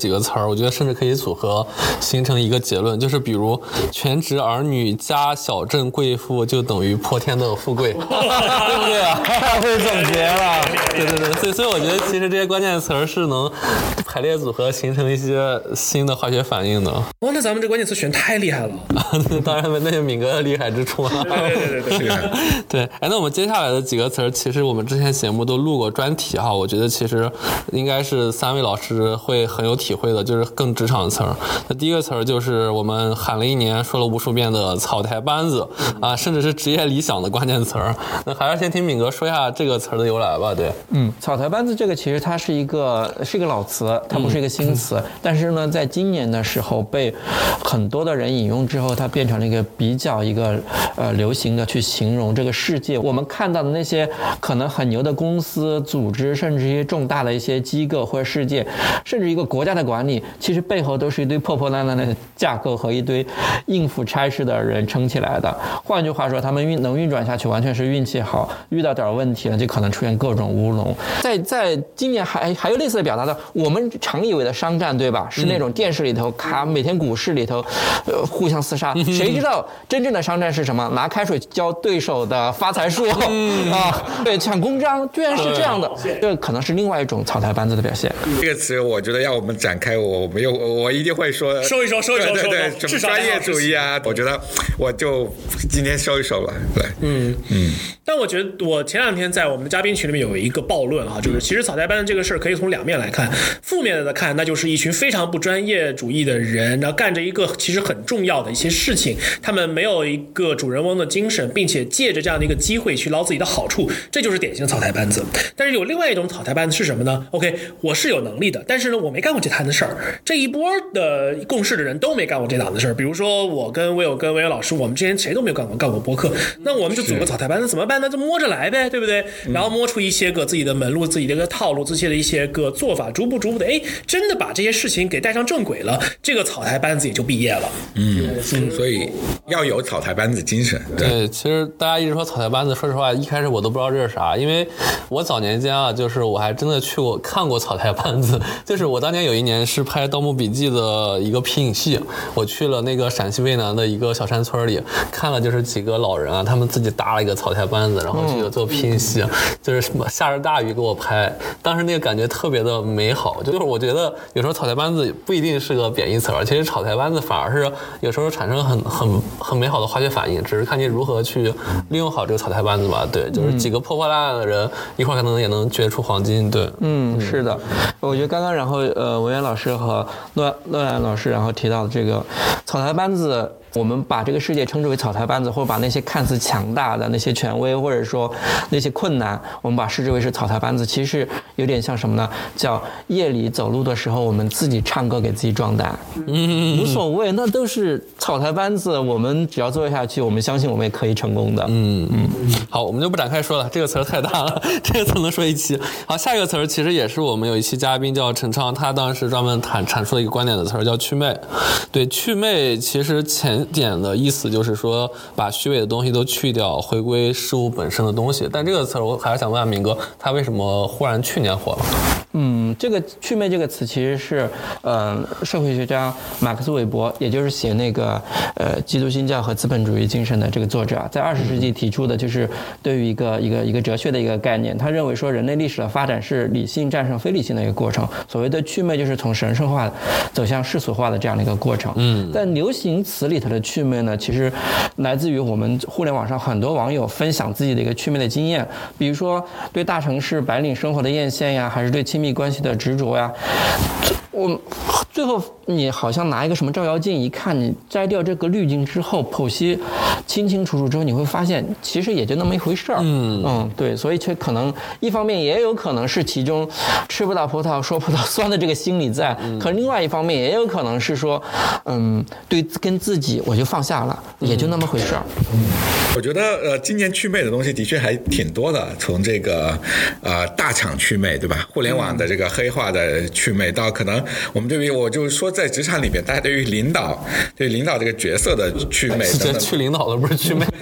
几个词儿，我觉得甚至可以组合形成一个结论，就是比如全职儿女加小镇贵妇就等于破天的富贵，对不对啊？ 太会总结了。 对对对，所以所以我觉得其实这些关键词儿是能排列组合形成一些新的化学反应的。 哇，那咱们这关键词选太厉害了。 当然，那是敏哥的厉害之处啊。 对对对对对。 对，哎，那我们接下来的几个词儿，其实我们之前节目都录过专题哈，我觉得其实应该是三位老师会很有体会的，就是更职场的词儿。那第一个词儿就是我们喊了一年、说了无数遍的草台班子啊，甚至是职业理想的关键词儿。那还是先听敏哥说一下这个词儿的由来吧。对， 嗯，草台班子这个其实它是一个是一个老词，它不是一个新词，嗯、但是呢，在今年的时候被很多的人引用之后，它变成了一个比较一个呃流行的去形容这个世界。我们看到的那些可能很牛的公司、组织，甚至一些重大的一些机构或者世界，甚至一个国家的管理，其实背后都是一堆破破烂烂的架构和一堆应付差事的人撑起来的。换句话说，他们运能运转下去，完全是运气好，遇到点问题了，就可能出现各种乌龙。在在今年还还有类似的表达的，我们常以为的商战，对吧？是那种电视里头卡每天股市里头，呃，互相厮杀。谁知道真正的商战是什么？拿开水浇对手的发财树、嗯、啊，对，抢公章，居然是这样的，这可能是另外一种草台班子的表现。 这个词我觉得要我们展开，我没有，我一定会说收一收，收一收， 对对对，什么专业主义啊？我觉得我就今天收一收了，来， 嗯嗯。但我觉得我前两天在我们的嘉宾群里面有一个暴论啊，就是其实草台班子这个事儿可以从两面来看，负面的看，那就是一群非常不专业主义的人，然后干着一个其实很重要的一些事情，他们没有一个主人翁的精神，并且借着这样的一个机会去捞自己的好处，这就是典型的草台班子。但是有另外一种草台班子是什么呢 ？OK， 我是有能力的，但是呢，我没干过这摊的事儿。这一波的共事的人都没干过这档子事儿。比如说我跟威友跟威友老师，我们之前谁都没有干过干过播客，那我们就组个草台班子，怎么办呢？就摸着来呗，对不对？然后摸出一些个自己的门路、自己的一个套路、自己的一些个做法，逐步逐步的，哎，真的把这些事情给带上正轨了，这个草台班子也就毕业了。 嗯，所以要有草台班子精神。对， 对，其实大家一直说草台班子，说实话，一开始我都不知道这是啥，因为我早年间啊，就是我还真的去过看过草台班子，就是我当年有一年是拍《盗墓笔记》的一个皮影戏，我去了那个陕西渭南的一个小山村里，看了就是几个老人啊，他们自己搭了一个草台班子，然后去做皮影戏，就是什么下着大雨给我拍，当时那个感觉特别的美好，就是我觉得有时候草台班子不一定是个贬义词儿，其实草台班子反而是有时候产生很很很美好的化学反应，只是看你如何去利用好这个草台班子吧。对，就是几个破破烂烂的人一块可能也能掘出黄金。对， 嗯，是的，我觉得刚刚然后呃文渊老师和诺诺兰老师然后提到的这个草台班子。我们把这个世界称之为草台班子，或者把那些看似强大的那些权威，或者说那些困难，我们把视之为是草台班子，其实有点像什么呢？叫夜里走路的时候，我们自己唱歌给自己壮胆，嗯，无所谓，那都是草台班子，我们只要做下去，我们相信我们也可以成功的。 嗯嗯，好，我们就不展开说了，这个词儿太大了，这个词能说一期。好，下一个词儿其实也是我们有一期嘉宾叫陈昌，他当时专门阐阐述了一个观点的词儿叫祛魅。对，祛魅其实前点的意思就是说把虚伪的东西都去掉，回归事物本身的东西。但这个词我还是想问下敏哥，他为什么忽然去年火了？ 嗯，这个祛魅这个词其实是呃社会学家马克思韦伯，也就是写那个呃基督新教和资本主义精神的这个作者，在二十世纪提出的，就是对于一个一个一个哲学的一个概念。他认为说人类历史的发展是理性战胜非理性的一个过程。所谓的祛魅就是从神圣化走向世俗化的这样的一个过程。嗯，但流行词里头的祛魅呢，其实来自于我们互联网上很多网友分享自己的一个祛魅的经验，比如说对大城市白领生活的艳羡呀，还是对亲密关系的执着呀。我最后你好像拿一个什么照妖镜一看，你摘掉这个滤镜之后剖析清清楚楚之后，你会发现其实也就那么一回事儿。嗯嗯，对，所以这可能一方面也有可能是其中吃不到葡萄说葡萄酸的这个心理在，嗯、可另外一方面也有可能是说，嗯，对，跟自己我就放下了，嗯、也就那么回事儿。 嗯，我觉得呃，今年祛魅的东西的确还挺多的，从这个呃大厂祛魅，对吧？互联网的这个黑化的祛魅，到可能我们对于我我就说在职场里面，大家对于领导对领导这个角色的祛魅等等， 去领导的不是祛魅。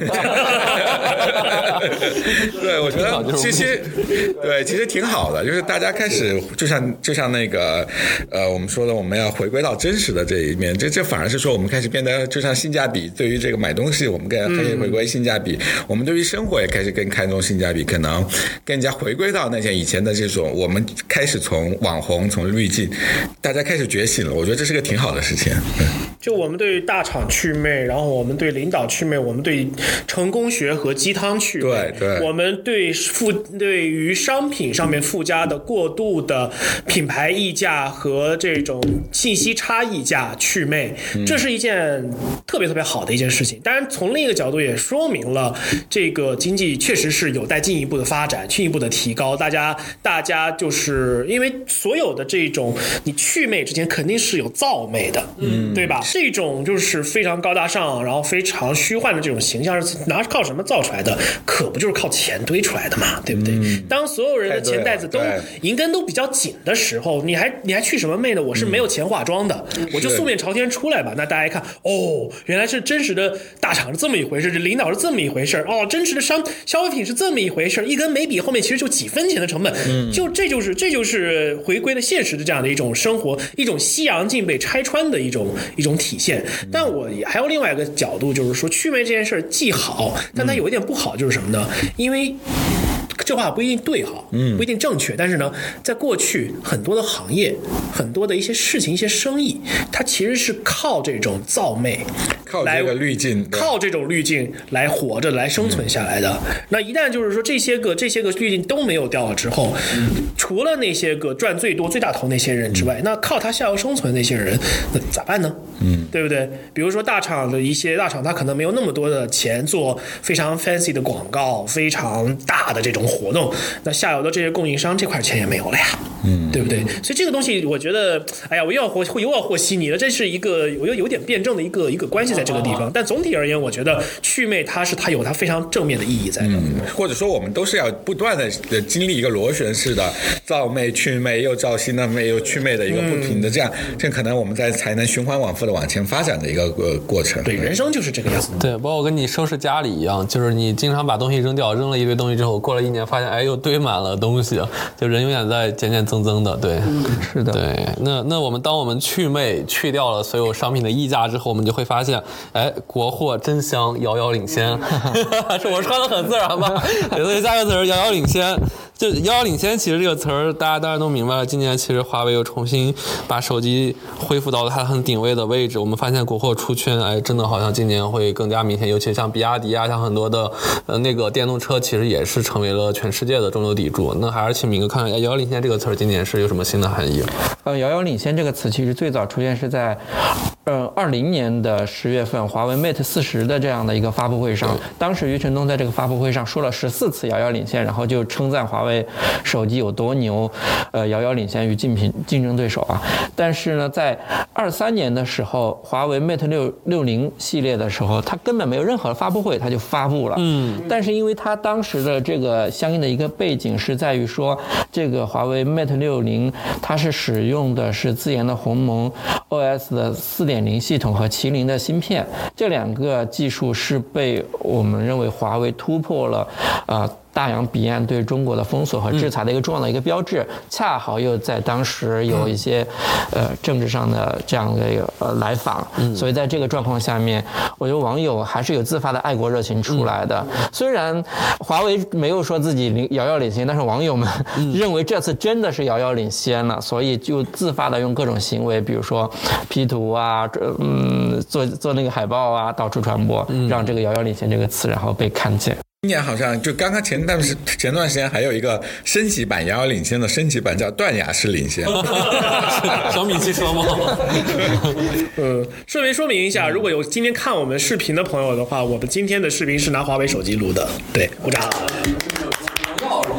对，我觉得其实对，其实挺好的，就是大家开始就像就像那个呃，我们说的我们要回归到真实的这一面，这这反而是说我们开始变得就像性价比，对于这个买东西我们更开始回归性价比，嗯、我们对于生活也开始更看重性价比，可能更加回归到那些以前的这种，我们开始从网红从滤镜，大家开始觉醒了，我觉得这是个挺好的事情。 就我们对大厂祛魅，然后我们对领导祛魅，我们对成功学和鸡汤祛魅， 对对， 我们对附对于商品上面附加的过度的品牌溢价和这种信息差异价祛魅，这是一件特别特别好的一件事情。当然，从另一个角度也说明了这个经济确实是有待进一步的发展、进一步的提高。大家大家就是因为所有的这种你祛魅之间肯定是有造魅的，嗯，对吧？这种就是非常高大上，然后非常虚幻的这种形象是拿靠什么造出来的？可不就是靠钱堆出来的嘛，对不对？嗯、当所有人的钱袋子都银根都比较紧的时候，你还你还去什么魅呢？我是没有钱化妆的，嗯、我就素面朝天出来吧。那大家一看，哦，原来是真实的大厂是这么一回事，这领导是这么一回事，哦，真实的商消费品是这么一回事，一根眉笔后面其实就几分钱的成本，嗯、就这就是这就是回归了现实的这样的一种生活，一种西洋镜被拆穿的一种一种体现。但我还有另外一个角度，就是说祛魅这件事既好，但它有一点不好，就是什么呢？因为这话不一定对哈，不一定正确，但是呢，在过去很多的行业、很多的一些事情、一些生意，它其实是靠这种造魅， 靠这个滤镜， 靠这种滤镜来活着、来生存下来的。嗯、那一旦就是说这些个这些个滤镜都没有掉了之后，嗯、除了那些个赚最多、最大头那些人之外，嗯、那靠他下游生存的那些人，那咋办呢？嗯，对不对？比如说大厂的一些大厂，他可能没有那么多的钱做非常 fancy 的广告、非常大的这种活动，那下游的这些供应商这块钱也没有了呀，嗯，对不对？所以这个东西，我觉得，哎呀，我又要和又要和稀泥了，这是一个我又有点辩证的一个一个关系在这个地方。但总体而言，我觉得祛魅它是它有它非常正面的意义在的，嗯、 或者说我们都是要不断的经历一个螺旋式的造魅、祛魅又造新的魅又祛魅的一个不停的这样，嗯、这可能我们在才能循环往复的往前发展的一个呃过程。 对，人生就是这个样子。 对，包括跟你收拾家里一样，就是你经常把东西扔掉，扔了一堆东西之后，过了一年发现，哎，又堆满了东西，就人永远在减减增增的。对， 嗯、是的。 对，那那我们当我们祛魅去掉了所有商品的溢价之后，我们就会发现，哎，国货真香，遥遥领先。是我说的很自然吧？给自己加个词儿，遥遥领先。就遥遥领先，其实这个词儿大家当然都明白了。今年其实华为又重新把手机恢复到了它很顶位的位置。我们发现国货出圈，哎，真的好像今年会更加明显。尤其像比亚迪啊，像很多的呃那个电动车，其实也是成为了全世界的中流砥柱。那还是请明哥看看，哎，遥遥领先这个词儿今年是有什么新的含义？ 呃，遥遥领先这个词其实最早出现是在呃二零年的十月份，华为 Mate 四十的这样的一个发布会上，当时余承东在这个发布会上说了十四次遥遥领先，然后就称赞华为手机有多牛，呃，遥遥领先于竞品竞争对手啊。但是呢，在二三年的时候，华为 Mate 六六零系列的时候，它根本没有任何发布会，它就发布了。嗯。但是因为它当时的这个相应的一个背景是在于说，这个华为 Mate 六零它是使用的是自研的鸿蒙 O S 的 四点零 系统和麒麟的芯片，这两个技术是被我们认为华为突破了啊。呃大洋彼岸对中国的封锁和制裁的一个重要的一个标志，嗯、恰好又在当时有一些，嗯、呃政治上的这样的一个呃来访，嗯、所以在这个状况下面，我觉得网友还是有自发的爱国热情出来的。嗯、虽然华为没有说自己遥遥领先，但是网友们认为这次真的是遥遥领先了，所以就自发的用各种行为，比如说 P 图啊，嗯，做做那个海报啊，到处传播，嗯、让这个遥遥领先这个词然后被看见。 今年好像就刚刚前段时前段时间还有一个升级版遥遥领先的升级版叫断崖式领先， 小米汽车吗？ 呃，顺便说明一下，如果有今天看我们视频的朋友的话，我们今天的视频是拿华为手机录的，对，鼓掌。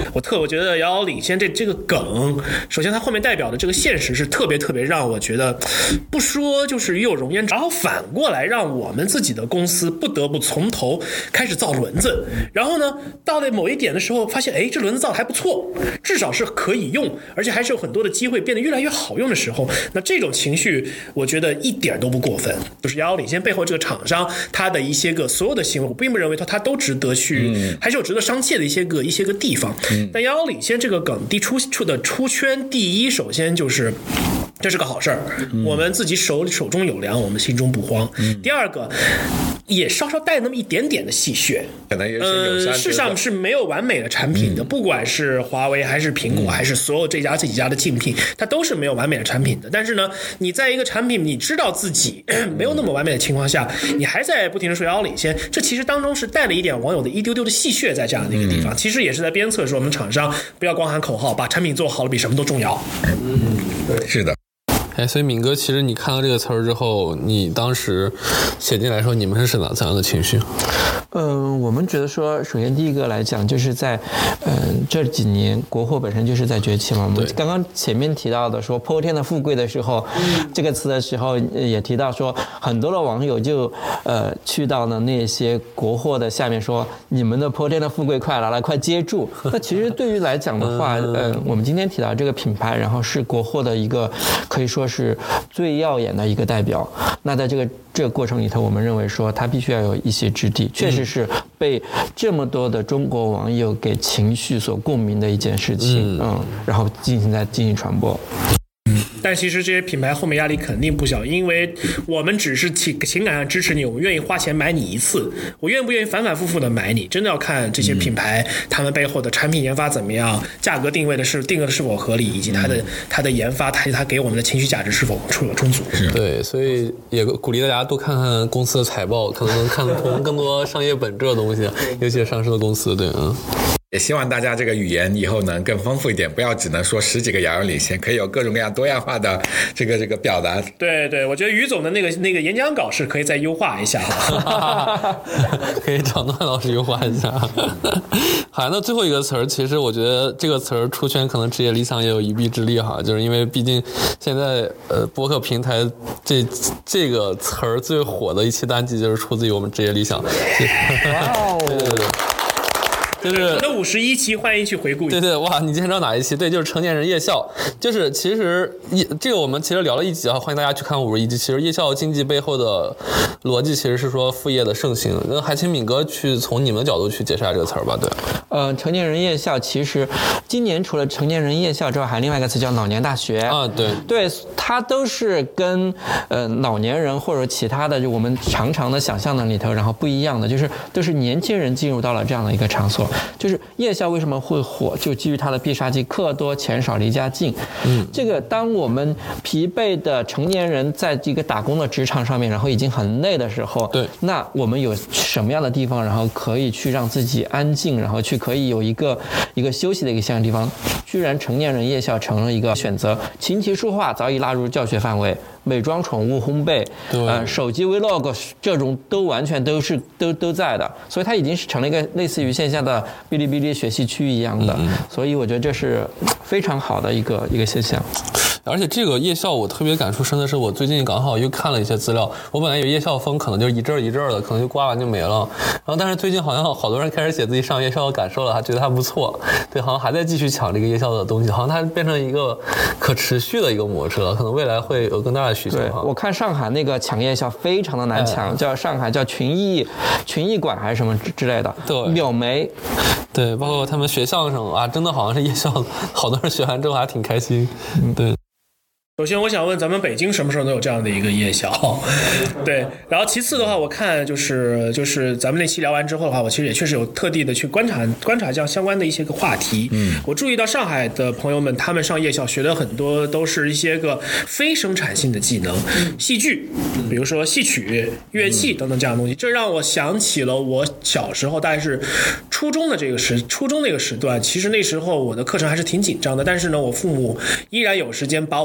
我特我觉得遥遥领先这这个梗，首先它后面代表的这个现实是特别特别让我觉得不说就是与有容焉，然后反过来让我们自己的公司不得不从头开始造轮子，然后呢到了某一点的时候发现，哎，这轮子造的还不错，至少是可以用，而且还是有很多的机会变得越来越好用的时候，那这种情绪我觉得一点都不过分。就是遥遥领先背后这个厂商他的一些个所有的行为，我并不认为他他都值得去、嗯、还是有值得商榷的一些个一些个地方、嗯、但遥遥领先这个梗第出出的出圈，第一首先就是这是个好事儿、嗯，我们自己手手中有粮，我们心中不慌、嗯、第二个也稍稍带那么一点点的戏谑， 可能也是有呃，世上是没有完美的产品的、嗯、不管是华为还是苹果、嗯、还是所有这家这几家的竞品，它都是没有完美的产品的。但是呢，你在一个产品你知道自己没有那么完美的情况下，你还在不停的说遥遥领先，这其实当中是带了一点网友的一丢丢的戏谑在这样的一个地方、嗯、其实也是在鞭策说我们厂商不要光喊口号，把产品做好了比什么都重要。 嗯，是的。 哎，所以敏哥，其实你看到这个词儿之后，你当时写进来的时候，你们是哪怎样的情绪？ 嗯、呃，我们觉得说，首先第一个来讲，就是在嗯、呃、这几年国货本身就是在崛起嘛。我们刚刚前面提到的说泼天的富贵的时候，这个词的时候也提到说，很多的网友就呃去到了那些国货的下面说，你们的泼天的富贵快来了，快接住。那其实对于来讲的话，呃，我们今天提到这个品牌，然后是国货的一个可以说是最耀眼的一个代表。那在这个这个过程里头，我们认为说它必须要有一席之地，确实是被这么多的中国网友给情绪所共鸣的一件事情，嗯，嗯然后进行再进行传播。 但其实这些品牌后面压力肯定不小，因为我们只是情情感上支持你，我们愿意花钱买你一次，我愿不愿意反反复复的买你，真的要看这些品牌、嗯、他们背后的产品研发怎么样，价格定位的是定位的是否合理，以及它的、嗯、它的研发，它它给我们的情绪价值是否充充足。 对，所以也鼓励大家多看看公司的财报，可能能看通更多商业本质的东西，尤其是上市的公司。对，嗯。 也希望大家这个语言以后能更丰富一点，不要只能说十几个遥遥领先，可以有各种各样多样化的这个这个表达。 对对，我觉得于总的那个那个演讲稿是可以再优化一下， 可以找段老师优化一下。好，那最后一个词儿，其实我觉得这个词儿出圈，可能职业理想也有一臂之力哈，就是因为毕竟现在呃播客平台这这个词儿最火的一期单集就是出自于我们职业理想。哇哦！对对对。就是那五十一期，欢迎去回顾一下。 对对，哇，你今天知道哪一期？对，就是成年人夜校。就是其实这个我们其实聊了一集啊，欢迎大家去看五十一集。其实夜校经济背后的逻辑其实是说副业的盛行。那还请敏哥去从你们的角度去解释一下这个词儿吧。对， 呃，成年人夜校其实今年除了成年人夜校之外，还有另外一个词叫老年大学啊。对对，它都是跟呃老年人或者其他的就我们常常的想象的里头，然后不一样的，就是都是年轻人进入到了这样的一个场所。就是夜校为什么会火，就基于它的必杀技课多钱少离家近。嗯，这个当我们疲惫的成年人在这个打工的职场上面，然后已经很累的时候， 对， 那我们有什么样的地方，然后可以去让自己安静，然后去可以有一个一个休息的一个这样的地方，居然成年人夜校成了一个选择。琴棋书画早已纳入教学范围，美妆宠物烘焙，呃，手机 vlog 这种都完全都是都都在的，所以它已经是成了一个类似于线下的哔哩哔哩学习区一样的，嗯、所以我觉得这是非常好的一个一个现象。 而且这个夜校我特别感触深的是，我最近刚好又看了一些资料，我本来有夜校风可能就一阵一阵的，可能就刮完就没了，然后但是最近好像好多人开始写自己上夜校的感受了，还觉得还不错，对，好像还在继续抢这个夜校的东西，好像它变成一个可持续的一个模式了，可能未来会有更大的需求。 对，我看上海那个抢夜校非常的难抢，哎、叫上海叫群艺群艺馆还是什么之类的， 对， 秒没。 对，包括他们学相声啊，真的好像是夜校，好多人学完之后还挺开心。嗯，对。 首先我想问咱们北京什么时候能有这样的一个夜校？对，然后其次的话，我看就是就是咱们那期聊完之后的话，我其实也确实有特地的去观察观察这样相关的一些个话题。嗯，我注意到上海的朋友们，他们上夜校学的很多都是一些个非生产性的技能，戏剧，比如说戏曲、乐器等等这样的东西。这让我想起了我小时候，大概是初中的这个时初中那个时段。其实那时候我的课程还是挺紧张的，但是呢，我父母依然有时间把我送到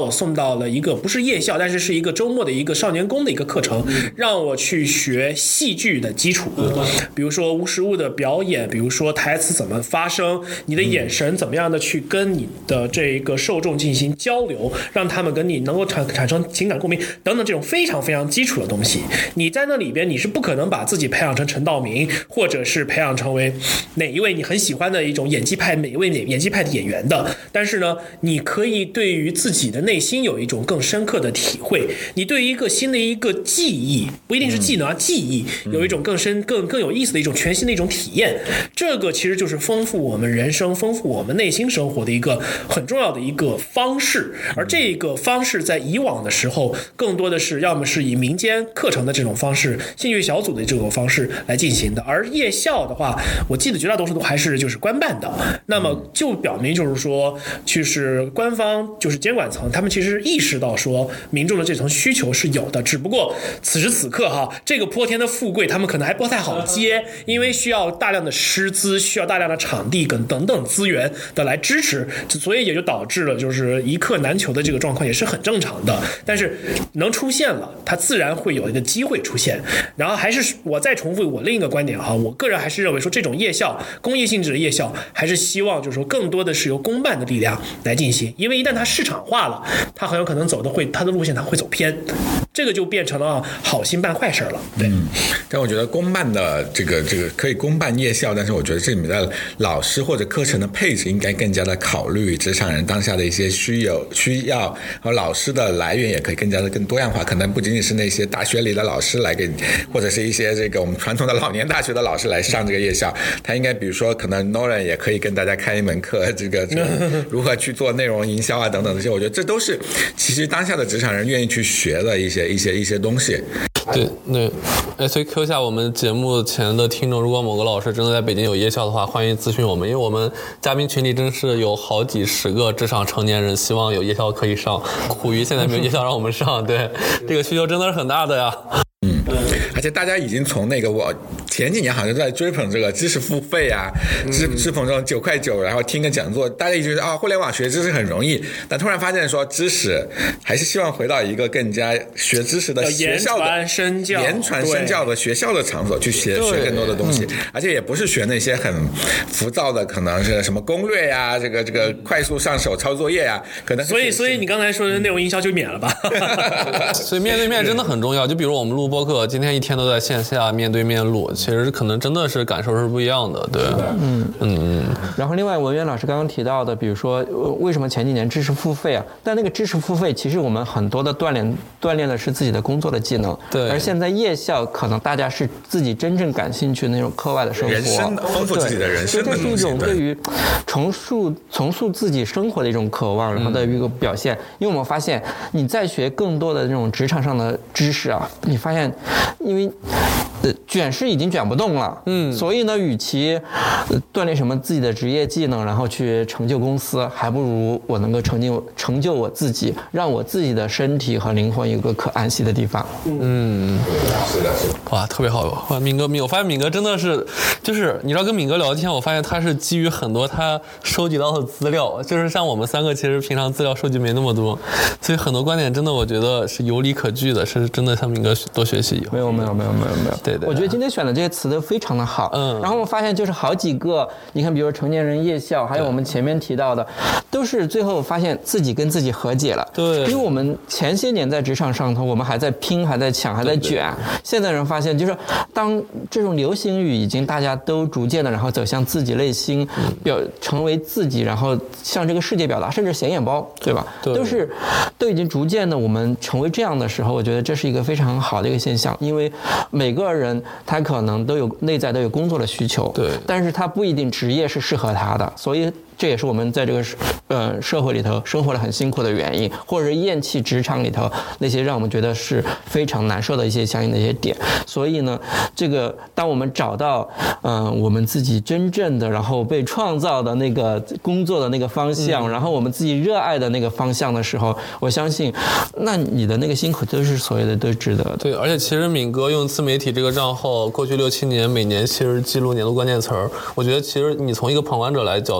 到了一个不是夜校，但是是一个周末的一个少年宫的一个课程，让我去学戏剧的基础，比如说无实物的表演，比如说台词怎么发声，你的眼神怎么样的去跟你的这个受众进行交流，让他们跟你能够产产生情感共鸣等等，这种非常非常基础的东西。你在那里边你是不可能把自己培养成陈道明，或者是培养成为哪一位你很喜欢的一种演技派，每一位演技派的演员的。但是呢，你可以对于自己的内心有一种更深刻的体会，你对于一个新的一个记忆，不一定是技能啊，记忆有一种更深更更有意思的一种全新的一种体验。这个其实就是丰富我们人生、丰富我们内心生活的一个很重要的一个方式。而这个方式在以往的时候更多的是要么是以民间课程的这种方式、兴趣小组的这种方式来进行的，而夜校的话，我记得绝大多数都还是就是官办的。那么就表明就是说，就是官方就是监管层，他们其实意识到说民众的这层需求是有的，只不过此时此刻哈，这个泼天的富贵他们可能还不太好接，因为需要大量的师资，需要大量的场地跟等等资源的来支持，所以也就导致了就是一课难求的这个状况也是很正常的。但是能出现了，它自然会有一个机会出现。然后还是我再重复我另一个观点哈，我个人还是认为说这种夜校公益性质的夜校，还是希望就是说更多的是由公办的力量来进行，因为一旦它市场化了，它很有可能走的会它的路线它会走偏，这个就变成了好心办坏事了。对， 嗯，但我觉得公办的这个这个可以公办夜校，但是我觉得这里面的老师或者课程的配置应该更加的考虑职场人当下的一些需有需要，和老师的来源也可以更加的更多样化，可能不仅仅是那些大学里的老师来给，或者是一些这个我们传统的老年大学的老师来上这个夜校，他应该比如说可能 Nolan 也可以跟大家开一门课，这个这个如何去做内容营销啊等等这些，我觉得这都是其实当下的职场人愿意去学的一些一些一些东西。 对对，哎，所以 Q 下我们节目前的听众，如果某个老师真的在北京有夜校的话，欢迎咨询我们，因为我们嘉宾群里真是有好几十个职场成年人希望有夜校可以上，苦于现在没有夜校让我们上，对，这个需求真的是很大的呀。 嗯，而且大家已经从那个我前几年好像都在追捧这个知识付费啊，追追捧这种九块九，然后听个讲座，大家一直觉得啊，互联网学知识很容易，但突然发现说知识还是希望回到一个更加学知识的学校的言传身教、 言传身教的学校的场所去学学更多的东西，嗯，而且也不是学那些很浮躁的，可能是什么攻略呀，这个这个快速上手抄作业呀，可能所以所以你刚才说的内容营销就免了吧。 所以面对面真的很重要，就比如我们录播客，今天一天都在线下面对面录，其实可能真的是感受是不一样的，对，嗯嗯。 然后另外文渊老师刚刚提到的，比如说为什么前几年知识付费啊？但那个知识付费，其实我们很多的锻炼锻炼的是自己的工作的技能， 对。 而现在夜校可能大家是自己真正感兴趣的那种课外的生活， 人生的丰富自己的人生的东西， 这是一种对于重塑重塑自己生活的一种渴望，然后的一个表现。嗯，因为我们发现你在学更多的那种职场上的知识啊，你发现因为呃卷是已经卷不动了，嗯，所以呢，与其呃锻炼什么自己的职业技能，然后去成就公司，还不如我能够成就成就我自己，让我自己的身体和灵魂有个可安息的地方。 嗯， 是的，是的。 哇，特别好哇！敏哥，敏，我发现敏哥真的是，就是你知道跟敏哥聊天，我发现他是基于很多他收集到的资料，就是像我们三个其实平常资料收集没那么多，所以很多观点真的我觉得是有理可据的，是真的向敏哥多学习。 没有没有没有没有没有， 对对。 我觉得今天选的这些词都非常的好， 嗯。 然后我发现就是好几个，你看，比如成年人夜校，还有我们前面提到的，都是最后发现自己跟自己和解了。 对。 因为我们前些年在职场上头，我们还在拼，还在抢，还在卷。对对，现在人发现，就是当这种流行语已经大家都逐渐的，然后走向自己内心，表成为自己，然后向这个世界表达，甚至显眼包，对吧？ 对。 都是都已经逐渐的，我们成为这样的时候，我觉得这是一个非常好的一个现象，因为每个人他可能都有内在都有工作的需求， 对， 但是他不一定职业是适合他的，所以这也是我们在这个呃社会里头生活的很辛苦的原因，或者是厌弃职场里头那些让我们觉得是非常难受的一些相应的一些点。所以呢，这个当我们找到嗯、呃、我们自己真正的然后被创造的那个工作的那个方向，嗯、然后我们自己热爱的那个方向的时候，我相信那你的那个辛苦都是所谓的都值得的。 对，而且其实敏哥用自媒体这个账号过去六七年每年其实记录年度关键词儿，我觉得其实你从一个旁观者来角度来看，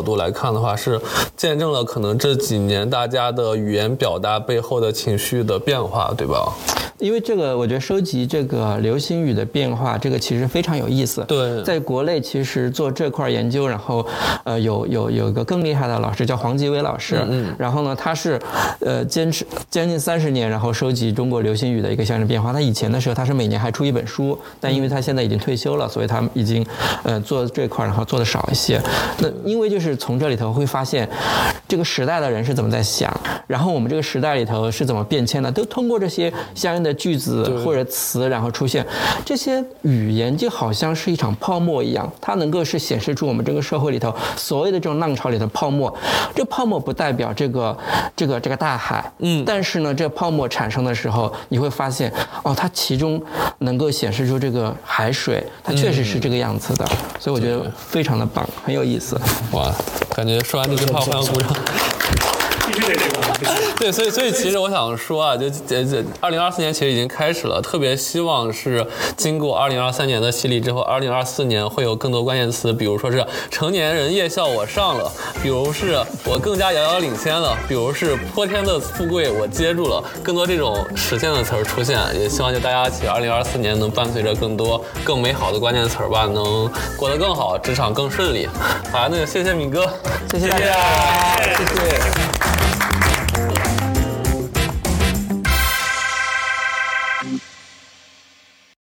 看的话，是见证了可能这几年大家的语言表达背后的情绪的变化，对吧？ 因为这个，我觉得收集这个流行语的变化，这个其实非常有意思。 对， 在国内其实做这块研究，然后呃有有有一个更厉害的老师叫黄吉伟老师，嗯，然后呢他是呃坚持将近三十年，然后收集中国流行语的一个相应变化。他以前的时候他是每年还出一本书，但因为他现在已经退休了，所以他已经呃做这块然后做的少一些。那因为就是从这里头会发现这个时代的人是怎么在想，然后我们这个时代里头是怎么变迁的，都通过这些相应的句子或者词然后出现。这些语言就好像是一场泡沫一样，它能够是显示出我们这个社会里头所谓的这种浪潮里的泡沫。这泡沫不代表这个这个这个大海，嗯，但是呢这泡沫产生的时候你会发现哦，它其中能够显示出这个海水它确实是这个样子的，嗯，所以我觉得非常的棒，很有意思。 哇，感觉说完这句话我想鼓掌。对，所以所以其实我想说啊，就这这二零二四年其实已经开始了，特别希望是经过二零二三年的洗礼之后，二零二四年会有更多关键词，比如说是成年人夜校我上了，比如是我更加遥遥领先了，比如是泼天的富贵我接住了，更多这种实现的词儿出现，也希望就大家一起二零二四年能伴随着更多更美好的关键词儿吧，能过得更好，职场更顺利。好，那就谢谢敏哥， 谢谢大家，谢谢。